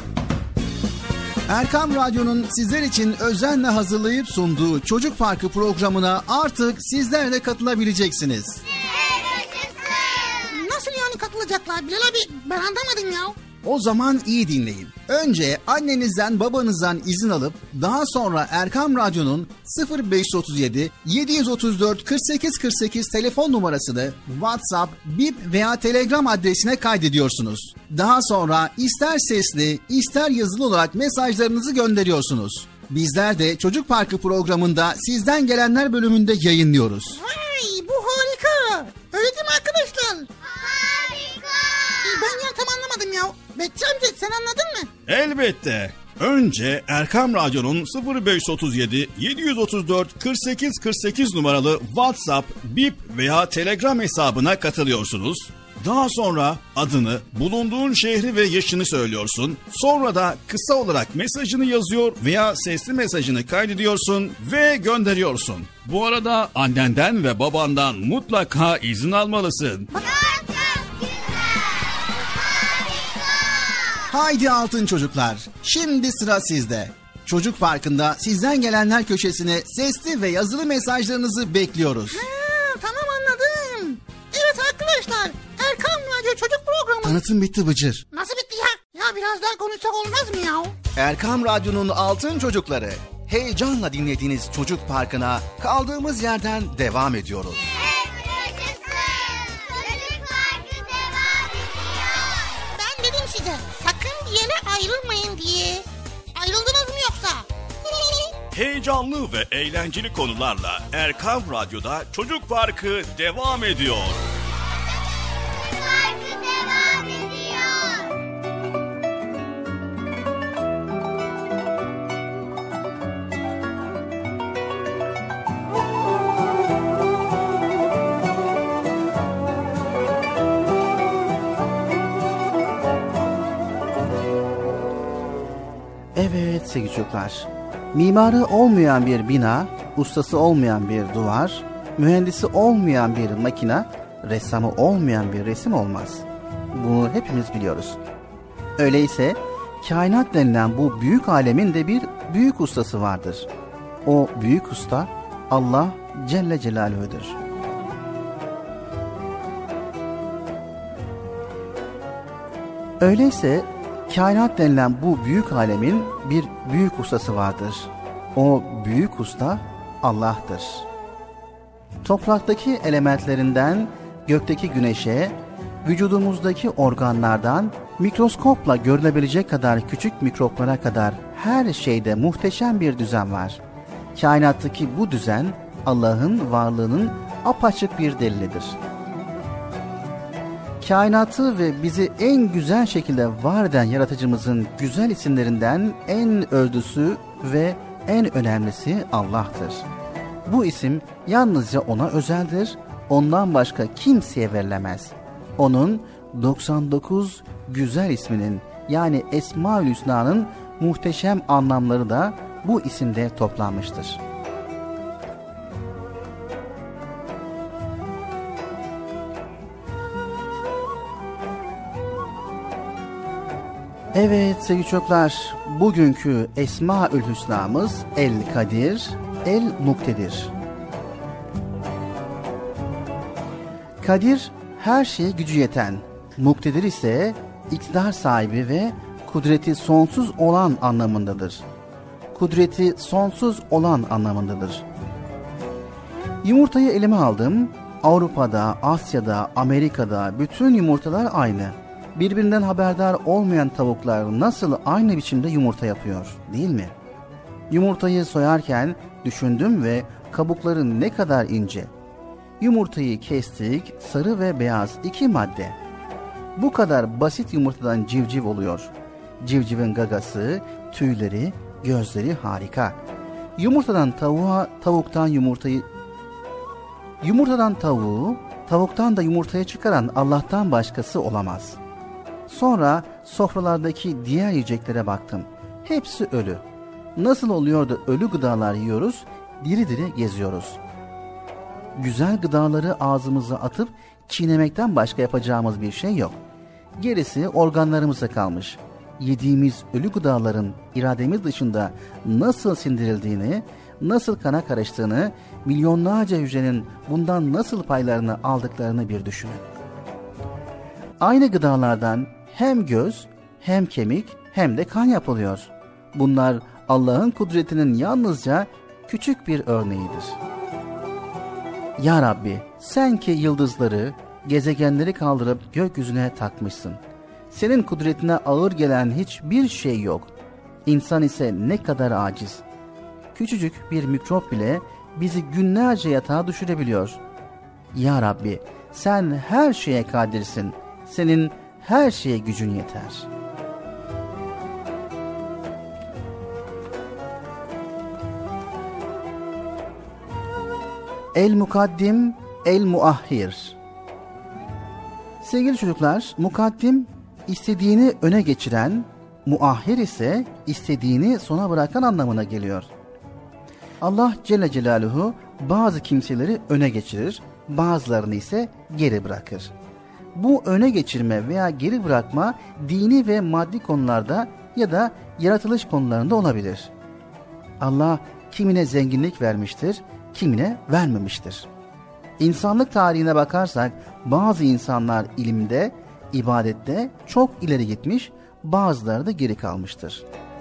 Speaker 4: Erkam Radyo'nun sizler için özenle hazırlayıp sunduğu Çocuk Parkı programına artık sizler de katılabileceksiniz.
Speaker 5: Nasıl yani katılacaklar Bilal abi? Ben anlamadım ya.
Speaker 4: O zaman iyi dinleyin. Önce annenizden babanızdan izin alıp daha sonra Erkam Radyo'nun 0537 734 48 48 telefon numarasını WhatsApp, Bip veya Telegram adresine kaydediyorsunuz. Daha sonra ister sesli ister yazılı olarak mesajlarınızı gönderiyorsunuz. Bizler de Çocuk Parkı programında sizden gelenler bölümünde yayınlıyoruz.
Speaker 5: Vay, bu harika. Öyle değil mi arkadaşlar? Harika. Ben ya tam anlamadım ya. Betçi amca sen anladın mı?
Speaker 6: Elbette. Önce Erkam Radyo'nun 0537 734 48 48 numaralı WhatsApp, Bip veya Telegram hesabına katılıyorsunuz. Daha sonra adını, bulunduğun şehri ve yaşını söylüyorsun. Sonra da kısa olarak mesajını yazıyor veya sesli mesajını kaydediyorsun ve gönderiyorsun. Bu arada annenden ve babandan mutlaka izin almalısın.
Speaker 4: Haydi altın çocuklar, şimdi sıra sizde. Çocuk Parkı'nda sizden gelenler köşesine sesli ve yazılı mesajlarınızı bekliyoruz.
Speaker 5: Tamam anladım. Evet arkadaşlar, Erkam Radyo Çocuk Programı.
Speaker 4: Tanıtım bitti Bıcır.
Speaker 5: Nasıl bitti ya? Ya biraz daha konuşsak olmaz mı ya?
Speaker 4: Erkam Radyo'nun altın çocukları. Heyecanla dinlediğiniz Çocuk Parkı'na kaldığımız yerden devam ediyoruz.
Speaker 5: Ben dedim size, sakın bir yere ayrılmayın diye. Ayrıldınız mı yoksa?
Speaker 6: Heyecanlı ve eğlenceli konularla Erkam Radyo'da Çocuk Parkı devam ediyor.
Speaker 7: Evet sevgili çocuklar, mimarı olmayan bir bina, ustası olmayan bir duvar, mühendisi olmayan bir makine, ressamı olmayan bir resim olmaz. Bunu hepimiz biliyoruz. Öyleyse kainat denilen bu büyük alemin de bir büyük ustası vardır. O büyük usta Allah Celle Celaluhu'dur. Öyleyse kainat denilen bu büyük alemin bir büyük ustası vardır. O büyük usta Allah'tır. Topraktaki elementlerinden gökteki güneşe, vücudumuzdaki organlardan mikroskopla görülebilecek kadar küçük mikroplara kadar her şeyde muhteşem bir düzen var. Kainattaki bu düzen Allah'ın varlığının apaçık bir delilidir. Kainatı ve bizi en güzel şekilde var eden yaratıcımızın güzel isimlerinden en öldüsü ve en önemlisi Allah'tır. Bu isim yalnızca ona özeldir, ondan başka kimseye verilemez. Onun 99 güzel isminin yani Esma-ül Hüsna'nın muhteşem anlamları da bu isimde toplanmıştır. Evet sevgili çocuklar, bugünkü Esma-ül Hüsna'mız El-Kadir, El-Muktedir. Kadir, her şeye gücü yeten, Muktedir ise iktidar sahibi ve kudreti sonsuz olan anlamındadır. Kudreti sonsuz olan anlamındadır. Yumurtayı elime aldım, Avrupa'da, Asya'da, Amerika'da bütün yumurtalar aynı. Birbirinden haberdar olmayan tavuklar nasıl aynı biçimde yumurta yapıyor, değil mi? Yumurtayı soyarken düşündüm ve kabukları ne kadar ince. Yumurtayı kestik, sarı ve beyaz 2 madde. Bu kadar basit yumurtadan civciv oluyor. Civcivin gagası, tüyleri, gözleri harika. Yumurtadan tavuğa, tavuktan yumurtayı... Yumurtadan tavuğu, tavuktan da yumurtaya çıkaran Allah'tan başkası olamaz. Sonra sofralardaki diğer yiyeceklere baktım. Hepsi ölü. Nasıl oluyor da ölü gıdalar yiyoruz, diri diri geziyoruz? Güzel gıdaları ağzımıza atıp çiğnemekten başka yapacağımız bir şey yok. Gerisi organlarımıza kalmış. Yediğimiz ölü gıdaların irademiz dışında nasıl sindirildiğini, nasıl kana karıştığını, milyonlarca hücrenin bundan nasıl paylarını aldıklarını bir düşünün. Aynı gıdalardan hem göz hem kemik hem de kan yapılıyor. Bunlar Allah'ın kudretinin yalnızca küçük bir örneğidir. Ya Rabbi, sen ki yıldızları, gezegenleri kaldırıp gökyüzüne takmışsın. Senin kudretine ağır gelen hiçbir şey yok. İnsan ise ne kadar aciz. Küçücük bir mikrop bile bizi günlerce yatağa düşürebiliyor. Ya Rabbi, sen her şeye kadirsin. Senin her şeye gücün yeter. El-Mukaddim, El-Muahhir. Sevgili çocuklar, mukaddim istediğini öne geçiren, muahhir ise istediğini sona bırakan anlamına geliyor. Allah Celle Celaluhu bazı kimseleri öne geçirir, bazılarını ise geri bırakır. Bu öne geçirme veya geri bırakma dini ve maddi konularda ya da yaratılış konularında olabilir. Allah kimine zenginlik vermiştir, kimine vermemiştir. İnsanlık tarihine bakarsak bazı insanlar ilimde, ibadette çok ileri gitmiş, bazıları da geri kalmıştır.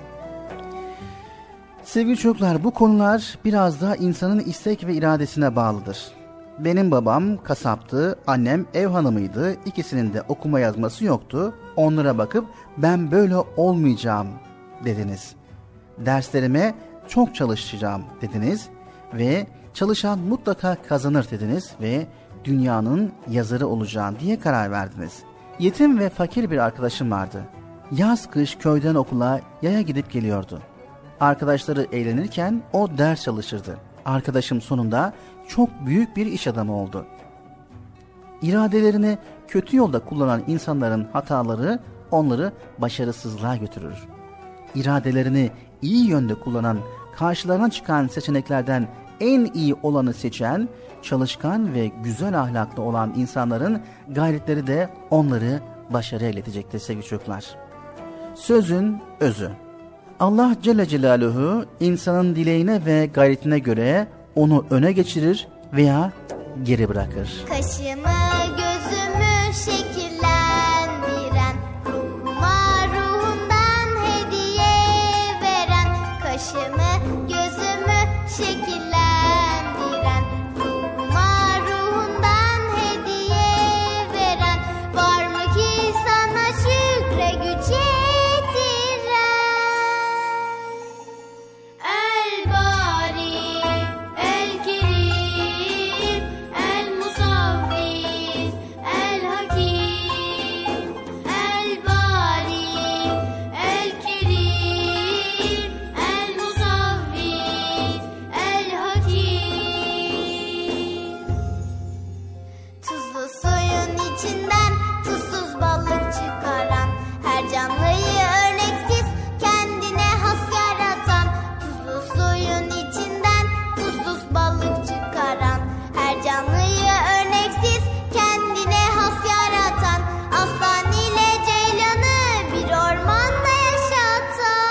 Speaker 7: Sevgili çocuklar, bu konular biraz da insanın istek ve iradesine bağlıdır. Benim babam kasaptı, annem ev hanımıydı, ikisinin de okuma yazması yoktu. Onlara bakıp ben böyle olmayacağım dediniz. Derslerime çok çalışacağım dediniz ve çalışan mutlaka kazanır dediniz ve dünyanın yazarı olacağım diye karar verdiniz. Yetim ve fakir bir arkadaşım vardı. Yaz kış köyden okula yaya gidip geliyordu. Arkadaşları eğlenirken o ders çalışırdı. Arkadaşım sonunda çok büyük bir iş adamı oldu. İradelerini kötü yolda kullanan insanların hataları onları başarısızlığa götürür. İradelerini iyi yönde kullanan, karşılarına çıkan seçeneklerden en iyi olanı seçen, çalışkan ve güzel ahlaklı olan insanların gayretleri de onları başarıya iletecektir sevgili çocuklar. Sözün özü. Allah Celle Celaluhu insanın dileğine ve gayretine göre onu öne geçirir veya geri bırakır.
Speaker 2: Kaşımı gözümü şekillendiren, ruhuma ruhundan hediye veren, kaşımı gözümü şekillendiren, ruhuma ruhundan hediye veren, var mı ki sana şükre güç yetiren? El Bari, El Kerim, El Musavvir, El Hakim, El Bari, El Kerim, El Musavvir, El Hakim. Tuzlu suyun içinden tuzsuz balık çıkaran, her canlıyı örneksiz kendine has yaratan, tuzlu suyun içinden tuzsuz balık çıkaran, her canlıyı örneksiz kendine has yaratan, aslan ile ceylanı bir ormanda yaşatan.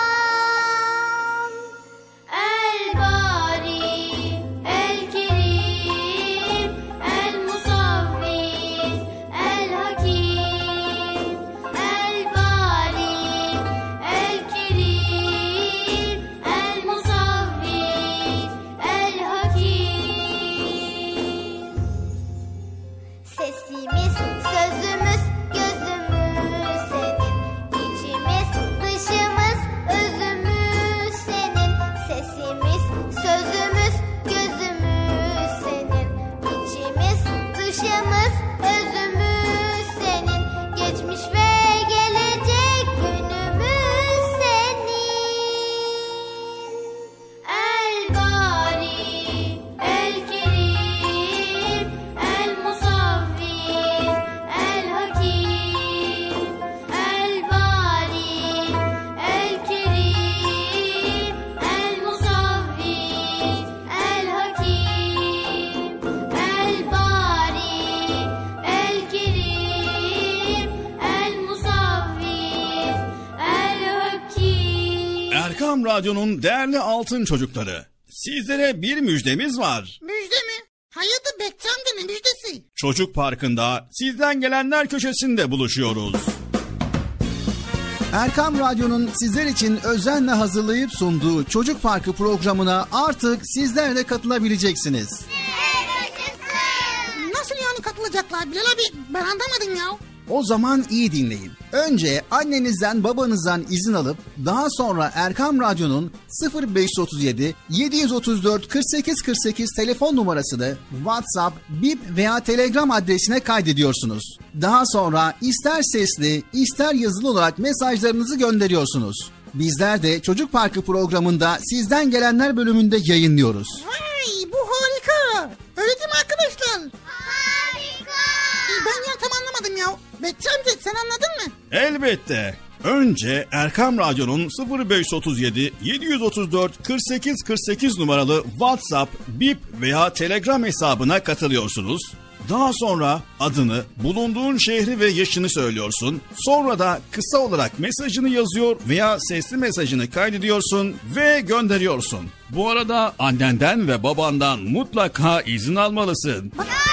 Speaker 2: El Bari, El Kerim, El Musavvir, El Hakim, El Bari, El Kerim, El Musavvir, El Hakim. Sesimiz, sözümüz, gözümüz senin, içimiz, dışımız, özümüz senin. Sesimiz, sözümüz, gözümüz senin, içimiz, dışımız, özümüz senin. Geçmiş ve gelecek günümüz senin. El Bari, El Kerim, El Musavvir, El Hakim, El Bari, El Kerim, El Musavvir, El Hakim, El Bari, El Kerim, El Musavvir, El Hakim.
Speaker 6: Erkam Radyo'nun değerli altın çocukları, sizlere bir müjdemiz var.
Speaker 5: Müjde mi? Hayırdır Bekçi amca, ne müjdesi?
Speaker 6: Çocuk Parkı'nda sizden gelenler köşesinde buluşuyoruz.
Speaker 4: Erkam Radyo'nun sizler için özenle hazırlayıp sunduğu Çocuk Parkı programına artık sizler de katılabileceksiniz.
Speaker 5: Nasıl yani katılacaklar Bilal abi? Ben anlamadım ya.
Speaker 4: O zaman iyi dinleyin. Önce annenizden babanızdan izin alıp daha sonra Erkam Radyo'nun 0537 734 48 48 telefon numarasını WhatsApp, Bip veya Telegram adresine kaydediyorsunuz. Daha sonra ister sesli ister yazılı olarak mesajlarınızı gönderiyorsunuz. Bizler de Çocuk Parkı programında sizden gelenler bölümünde yayınlıyoruz.
Speaker 5: Vay, bu harika. Öyle değil mi arkadaşlar? Ben ya tam anlamadım ya. Betçi amca sen anladın mı?
Speaker 6: Elbette. Önce Erkam Radyo'nun 0537 734 48 48 numaralı WhatsApp, Bip veya Telegram hesabına katılıyorsunuz. Daha sonra adını, bulunduğun şehri ve yaşını söylüyorsun. Sonra da kısa olarak mesajını yazıyor veya sesli mesajını kaydediyorsun ve gönderiyorsun. Bu arada annenden ve babandan mutlaka izin almalısın.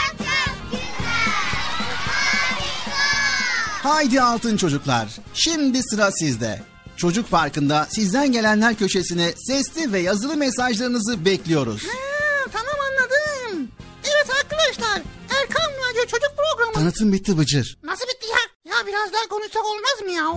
Speaker 4: Haydi altın çocuklar, şimdi sıra sizde. Çocuk Parkı'nda sizden gelenler köşesine sesli ve yazılı mesajlarınızı bekliyoruz.
Speaker 5: Tamam anladım. Evet arkadaşlar, Erkam Radyo Çocuk Programı.
Speaker 4: Tanıtım bitti Bıcır.
Speaker 5: Nasıl bitti ya? Ya biraz daha konuşsak olmaz mı ya?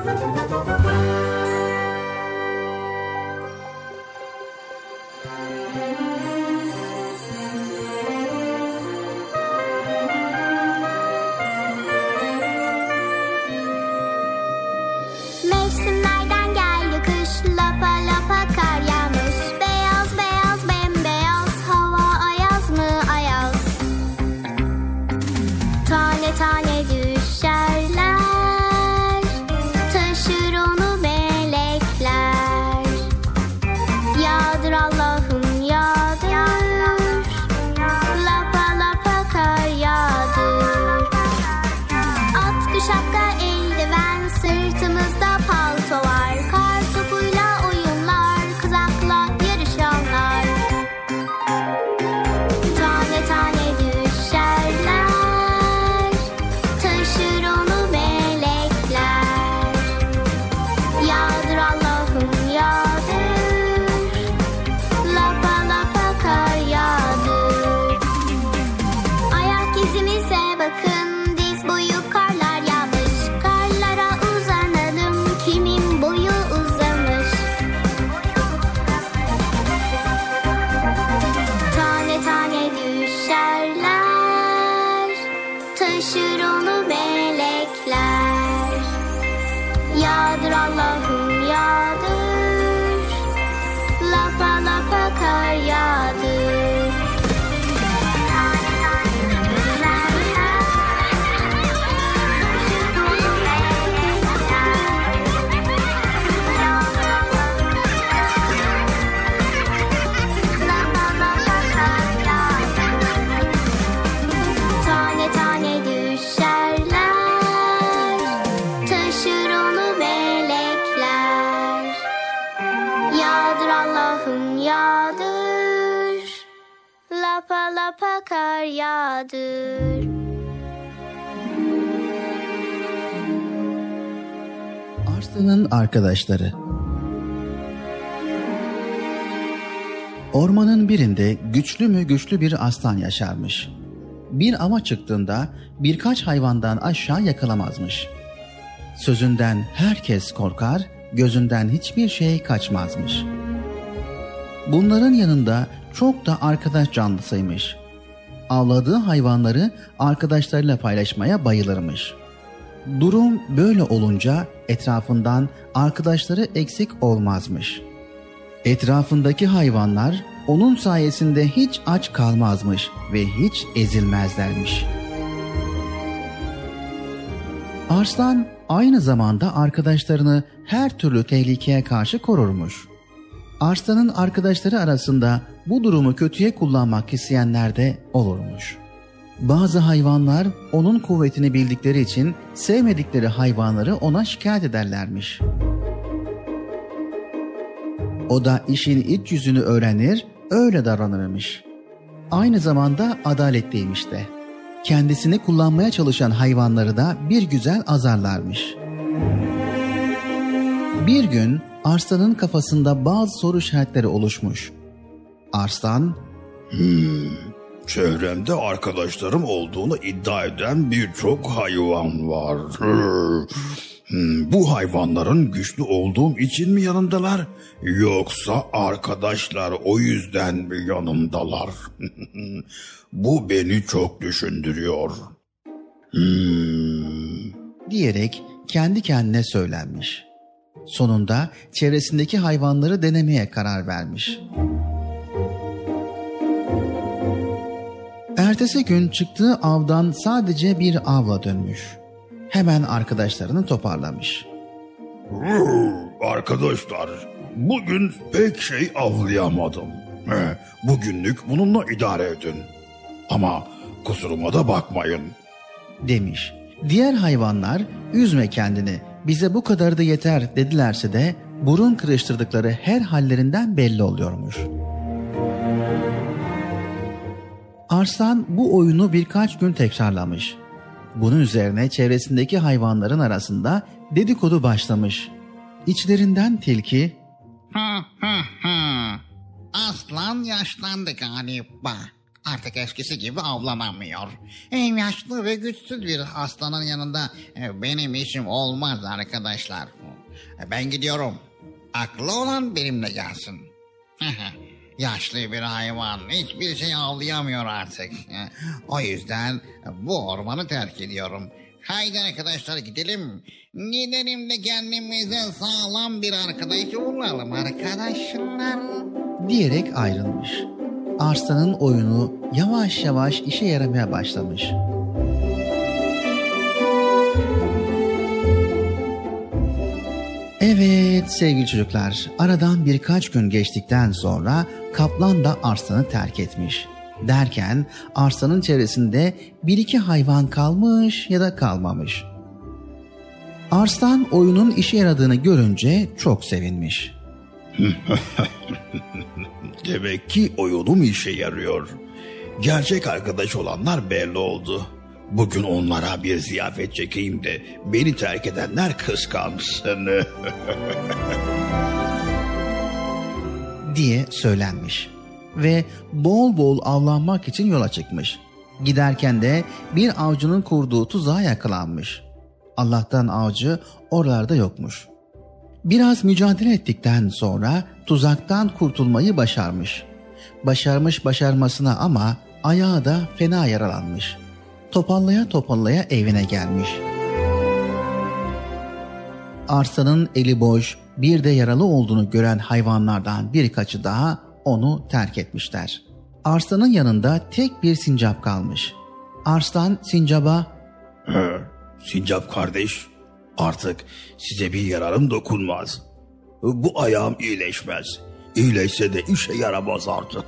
Speaker 2: Mevsimlerden geldi kış, lapa lapa kar yağmış. Beyaz beyaz bembeyaz, hava ayaz mı ayaz. Tane tane düşerler, taşır onu melekler. Yağdır Allah'ım yağdır, lapa lapa kar yağdır. Atkı şapka eldiven, sırtımızda palto var. Kar topuyla oyunlar, kızakla yarışanlar. Tane tane düşerler, taşır onu melekler. Yağdır Allah'ım yağdır, lapa lapa kar yağdır. Ayak izimize bakın, diz boyu karlar yağmış. Karlara uzanalım, kimin boyu uzamış. Tane tane düşerler, taşır onu melekler. Yağdır Allah'ım yağdır, lapa lapa kar yağdır. Tane tane düşerler, taşır onu melekler. Yağdır Allah'ım yağdır, lapa lapa kar yağdır.
Speaker 7: Arslan'ın arkadaşları. Ormanın birinde güçlü mü güçlü bir aslan yaşarmış. Bir ava çıktığında birkaç hayvandan aşağı yakalamazmış. Sözünden herkes korkar, gözünden hiçbir şey kaçmazmış. Bunların yanında çok da arkadaş canlısıymış. Avladığı hayvanları arkadaşlarıyla paylaşmaya bayılırmış. Durum böyle olunca etrafından arkadaşları eksik olmazmış. Etrafındaki hayvanlar onun sayesinde hiç aç kalmazmış ve hiç ezilmezlermiş. Arslan aynı zamanda arkadaşlarını her türlü tehlikeye karşı korurmuş. Arslan'ın arkadaşları arasında bu durumu kötüye kullanmak isteyenler de olurmuş. Bazı hayvanlar onun kuvvetini bildikleri için sevmedikleri hayvanları ona şikayet ederlermiş. O da işin iç yüzünü öğrenir, öyle davranırmış. Aynı zamanda adaletliymiş de. Kendisini kullanmaya çalışan hayvanları da bir güzel azarlarmış. Bir gün Arslan'ın kafasında bazı soru işaretleri oluşmuş. Arslan,
Speaker 6: çevremde arkadaşlarım olduğunu iddia eden birçok hayvan var. Bu hayvanların güçlü olduğum için mi yanımdalar, yoksa arkadaşlar o yüzden mi yanımdalar? Bu beni çok düşündürüyor.
Speaker 7: Diyerek kendi kendine söylenmiş. Sonunda çevresindeki hayvanları denemeye karar vermiş. Ertesi gün çıktığı avdan sadece bir avla dönmüş. Hemen arkadaşlarını toparlamış.
Speaker 6: Arkadaşlar, bugün pek şey avlayamadım. Bugünlük bununla idare edin. Ama kusuruma da bakmayın,
Speaker 7: demiş. Diğer hayvanlar üzme kendini, bize bu kadar da yeter dedilerse de burun kırıştırdıkları her hallerinden belli oluyormuş. Arslan bu oyunu birkaç gün tekrarlamış. Bunun üzerine çevresindeki hayvanların arasında dedikodu başlamış. İçlerinden tilki,
Speaker 5: Aslan yaşlandı galiba. Artık eskisi gibi avlanamıyor. Yaşlı ve güçsüz bir aslanın yanında benim işim olmaz arkadaşlar. Ben gidiyorum. Aklı olan benimle gelsin. Yaşlı bir hayvan hiçbir şey avlayamıyor artık. O yüzden bu ormanı terk ediyorum. Haydi arkadaşlar gidelim. Gidelim de kendimize sağlam bir arkadaş bulalım arkadaşlar.
Speaker 7: diyerek ayrılmış. Arslan'ın oyunu yavaş yavaş işe yaramaya başlamış. Evet sevgili çocuklar, aradan birkaç gün geçtikten sonra kaplan da Arslan'ı terk etmiş. Derken Arslan'ın çevresinde bir iki hayvan kalmış ya da kalmamış. Arslan oyunun işe yaradığını görünce çok sevinmiş.
Speaker 6: Demek ki oyunum işe yarıyor. Gerçek arkadaş olanlar belli oldu. Bugün onlara bir ziyafet çekeyim de beni terk edenler kıskansın.
Speaker 7: diye söylenmiş ve bol bol avlanmak için yola çıkmış. Giderken de bir avcının kurduğu tuzağa yakalanmış. Allah'tan avcı oralarda yokmuş. Biraz mücadele ettikten sonra tuzaktan kurtulmayı başarmış. Başarmış başarmasına ama ayağı da fena yaralanmış. Topallaya topallaya evine gelmiş. Arslan'ın eli boş, bir de yaralı olduğunu gören hayvanlardan birkaçı daha onu terk etmişler. Arslan'ın yanında tek bir sincap kalmış. Arslan sincaba,
Speaker 6: "Sincap kardeş, artık size bir yararım dokunmaz. Bu ayağım iyileşmez. İyileşse de işe yaramaz artık.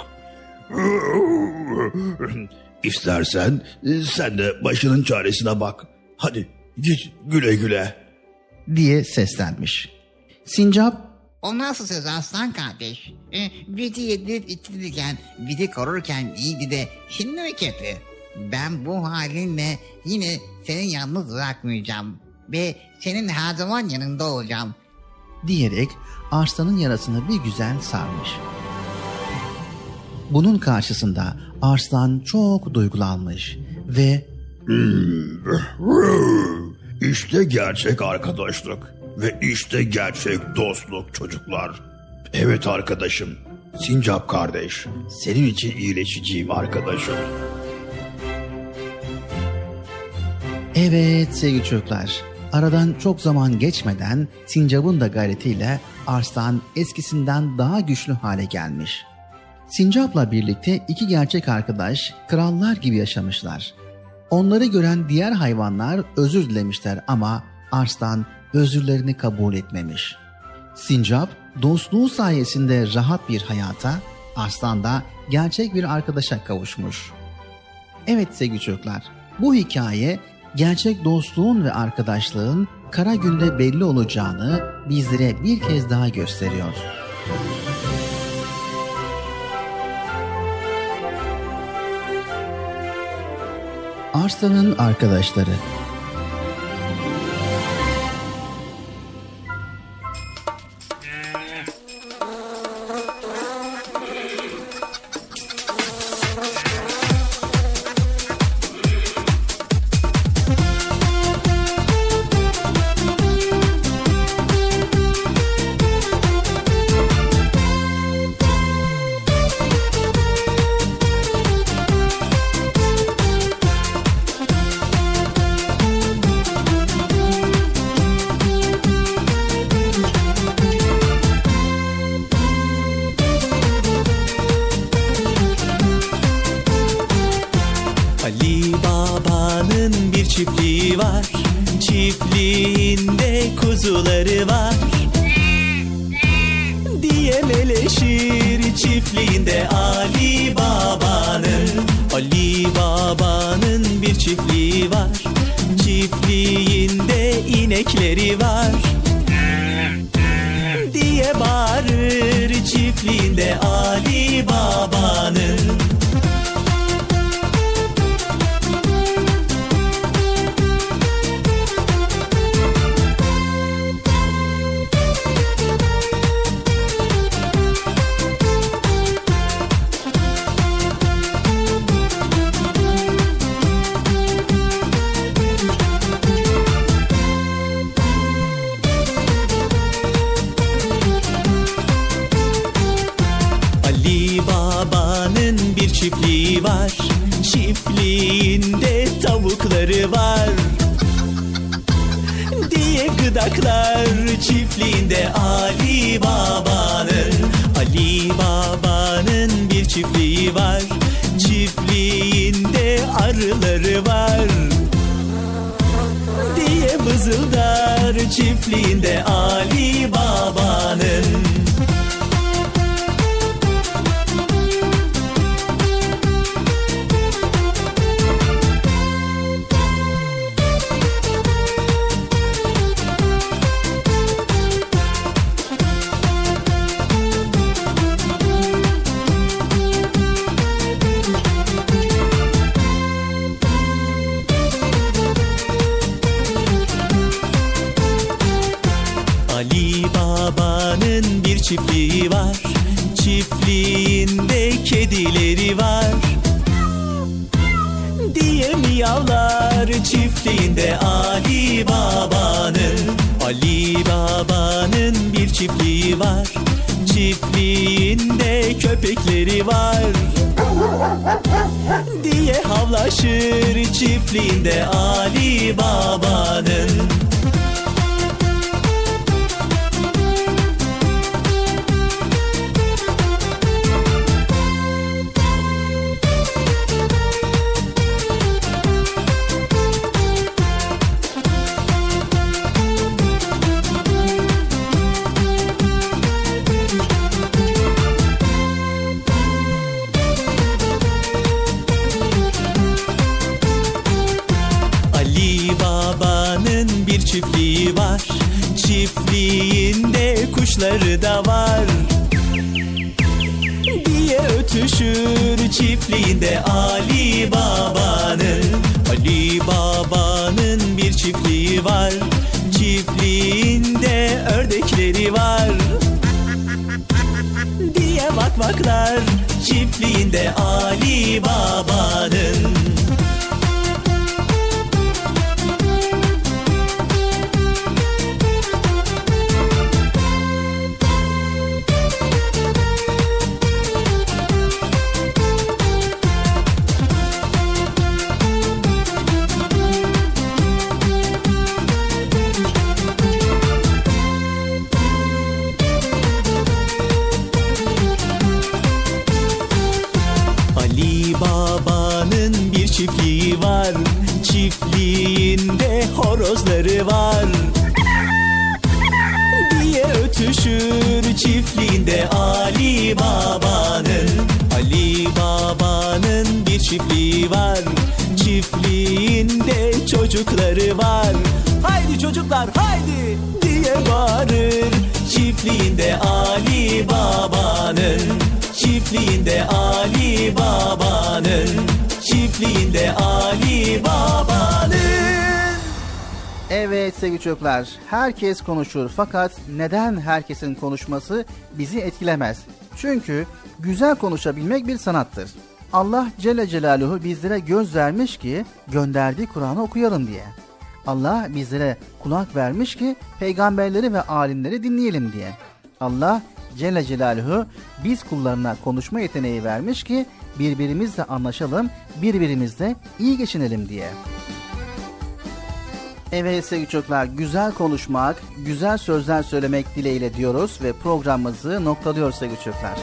Speaker 6: İstersen sen de başının çaresine bak. Hadi git güle güle."
Speaker 7: diye seslenmiş. Sincap,
Speaker 5: "O nasıl söz aslan kardeş? Bizi yedirip içtirirken, bizi korurken iyiydi de şimdi mi kötü? Ben bu halinle yine seni yalnız bırakmayacağım ve senin her zaman yanında olacağım."
Speaker 7: diyerek Arslan'ın yarasını bir güzel sarmış. Bunun karşısında Arslan çok duygulanmış ve
Speaker 6: İşte gerçek arkadaşlık ve işte gerçek dostluk çocuklar. Evet arkadaşım, Sincap kardeş, senin için iyileşeceğim arkadaşım.
Speaker 7: Evet sevgili çocuklar, aradan çok zaman geçmeden Sincap'ın da gayretiyle Arslan eskisinden daha güçlü hale gelmiş. Sincap'la birlikte iki gerçek arkadaş krallar gibi yaşamışlar. Onları gören diğer hayvanlar özür dilemişler ama Arslan özürlerini kabul etmemiş. Sincap dostluğu sayesinde rahat bir hayata, Arslan da gerçek bir arkadaşa kavuşmuş. Evet sevgili çocuklar, bu hikaye gerçek dostluğun ve arkadaşlığın kara günde belli olacağını bizlere bir kez daha gösteriyor. Arslan'ın arkadaşları.
Speaker 15: çiftliğinde kuzuları var diye meleşir çiftliğinde Ali Baba'nın. Ali Baba'nın bir çiftliği var, çiftliğinde inekleri var diye bağırır çiftliğinde Ali Baba'nın. Çiftliği var, çiftliğinde tavukları var diye gıdaklar çiftliğinde Ali Baba'nın. Ali Baba'nın bir çiftliği var, çiftliğinde arıları var diye vızıldar çiftliğinde Ali Baba'nın. Çiftliği var, çiftliğinde kedileri var diye miyavlar çiftliğinde Ali Baba'nın. Ali Baba'nın bir çiftliği var, çiftliğinde köpekleri var diye havlaşır çiftliğinde Ali Baba'nın. Çiftliği var, çiftliğinde kuşları da var diye ötüşür çiftliğinde Ali Baba'nın. Ali Baba'nın bir çiftliği var, çiftliğinde ördekleri var diye vakvaklar çiftliğinde Ali Baba'nın. Çiftliği var, çiftliğinde horozları var diye ötüşür çiftliğinde Ali Baba'nın. Ali Baba'nın bir çiftliği var, çiftliğinde çocukları var. Haydi çocuklar haydi diye bağırır çiftliğinde Ali Baba'nın. Çiftliğinde Ali Baba'nın. Çiftliğinde Ali Baba'nın.
Speaker 7: Evet sevgili çocuklar, herkes konuşur fakat neden herkesin konuşması bizi etkilemez? Çünkü güzel konuşabilmek bir sanattır. Allah Celle Celaluhu bizlere göz vermiş ki gönderdiği Kur'an'ı okuyalım diye. Allah bizlere kulak vermiş ki peygamberleri ve alimleri dinleyelim diye. Allah Celle Celaluhu biz kullarına konuşma yeteneği vermiş ki birbirimizle anlaşalım, birbirimizle iyi geçinelim diye. Evet sevgili çocuklar, güzel konuşmak, güzel sözler söylemek dileğiyle diyoruz ve programımızı noktalıyoruz sevgili çocuklar.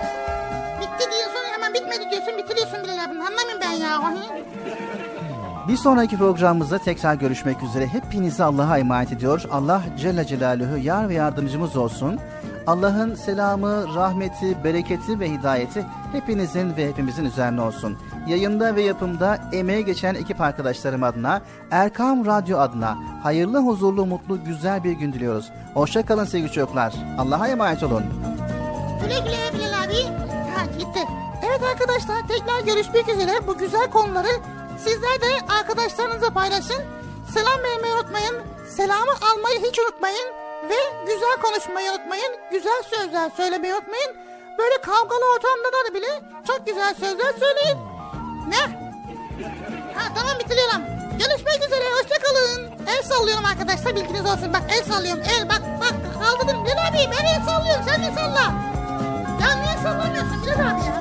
Speaker 5: Bitti diyorsun hemen bitmedi diyorsun, bitiriyorsun bile ya. Anlamıyorum ben ya.
Speaker 7: Bir Bir sonraki programımızda tekrar görüşmek üzere. Hepinizi Allah'a emanet ediyor. Allah Celle Celaluhu yar ve yardımcımız olsun. Allah'ın selamı, rahmeti, bereketi ve hidayeti hepinizin ve hepimizin üzerine olsun. Yayında ve yapımda emeğe geçen ekip arkadaşlarım adına, Erkam Radyo adına hayırlı, huzurlu, mutlu, güzel bir gün diliyoruz. Hoşça kalın sevgili çocuklar. Allah'a emanet olun.
Speaker 5: Güle güle Bilal abi. Ha, gitti. Evet arkadaşlar, tekrar görüşmek üzere. Bu güzel konuları sizler de arkadaşlarınızla paylaşın. Selam vermeyi unutmayın. Selamı almayı hiç unutmayın. Ve güzel konuşmayı unutmayın. Güzel sözler söylemeyi unutmayın. Böyle kavgalı ortamda bile çok güzel sözler söyleyin. Ne? Ha, tamam, bitiriyorum. Görüşmek üzere, hoşçakalın. El sallıyorum arkadaşlar, bilginiz olsun. Bak, el sallıyorum, el, bak kaldırdım. Bilal abi, ben el sallıyorum, sen de salla. Ya niye sallamıyorsun Bilal abi ya?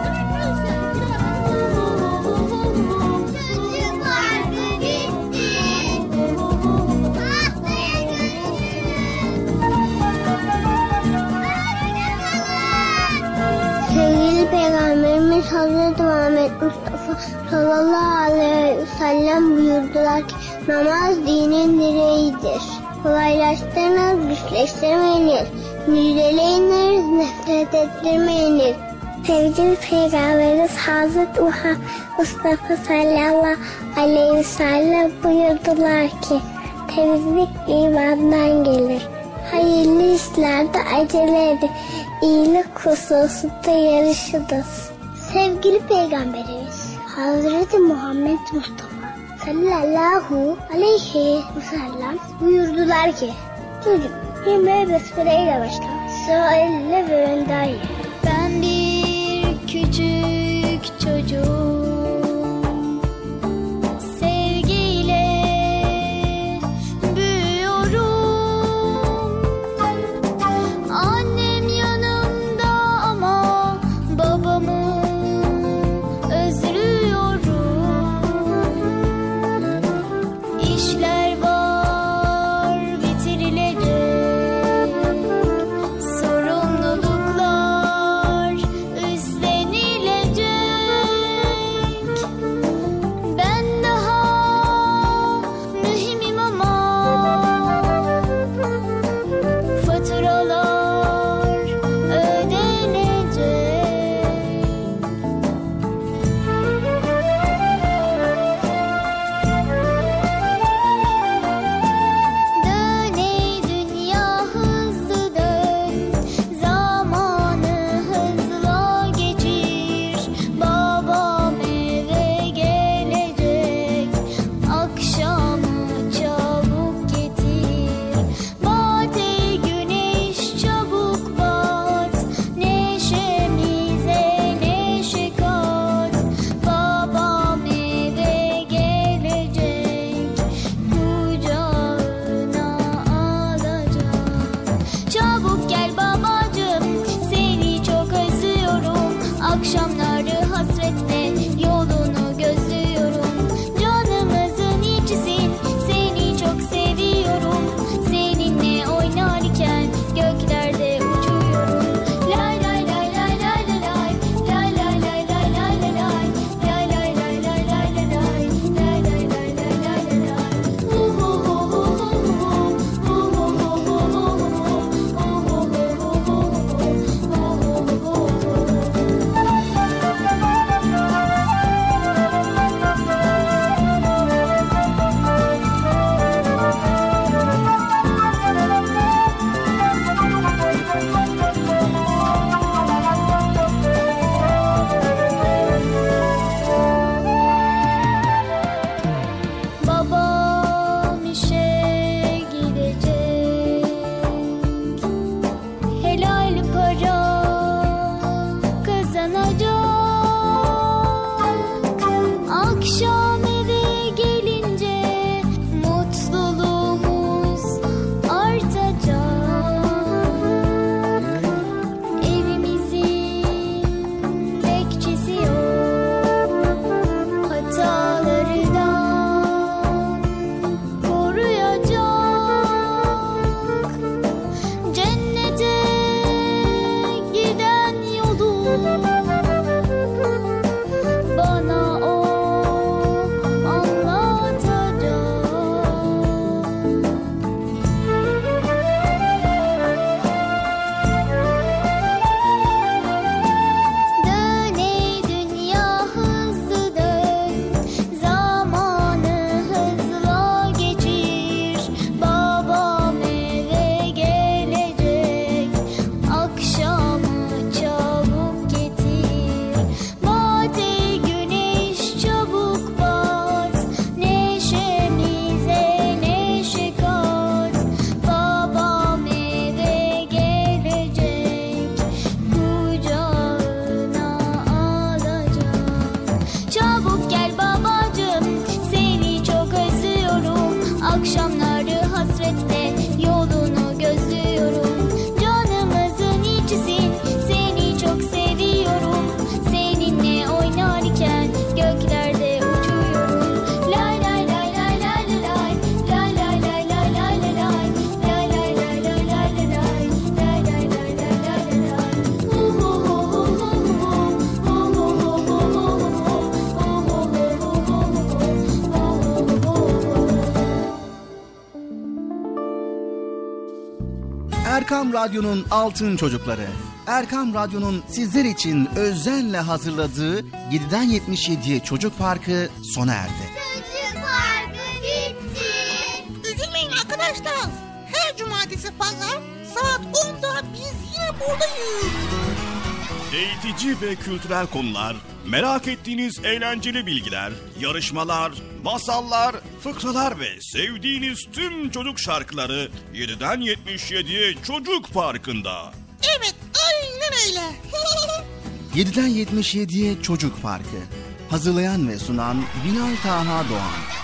Speaker 12: Sevgili Peygamberimiz Hazreti Muhammed Mustafa sallallahu aleyhi ve sellem buyurdular ki namaz dinin direğidir. Kolaylaştırınız, güçleştirmeyiniz. Müjdeleyiniz, nefret ettirmeyiniz. Sevgili Peygamberimiz Hazreti Muhammed Mustafa sallallahu aleyhi ve sellem buyurdular ki temizlik imandan gelir. Hayırlı işlerde acele edin. İyilik hususunda yarışınız. Sevgili Peygamberimiz Hazreti Muhammed Mustafa sallallahu aleyhi ve sellem buyurdular ki çocuk yemeğe besmeleyle başla. Sonra elle ve önden ye.
Speaker 13: Ben bir küçük çocuğum. Sevgiyle büyüyorum. Annem yanımda ama babamı özlüyorum. İşler var bitirilecek. Sorumluluklar üstlenilecek.
Speaker 4: Erkam Radyo'nun Altın Çocukları. Erkam Radyo'nun sizler için özenle hazırladığı 7'den 77'ye Çocuk Parkı sona erdi.
Speaker 2: Çocuk Parkı bitti.
Speaker 5: Üzülmeyin arkadaşlar. Her cumartesi pazar saat 10'da biz yine buradayız.
Speaker 6: Eğitici ve kültürel konular, merak ettiğiniz eğlenceli bilgiler, yarışmalar, masallar, fıkralar ve sevdiğiniz tüm çocuk şarkıları 7'den 77'ye Çocuk Parkı'nda.
Speaker 5: Evet, aynen öyle.
Speaker 4: 7'den 77'ye Çocuk Parkı. Hazırlayan ve sunan Binal Taha Doğan.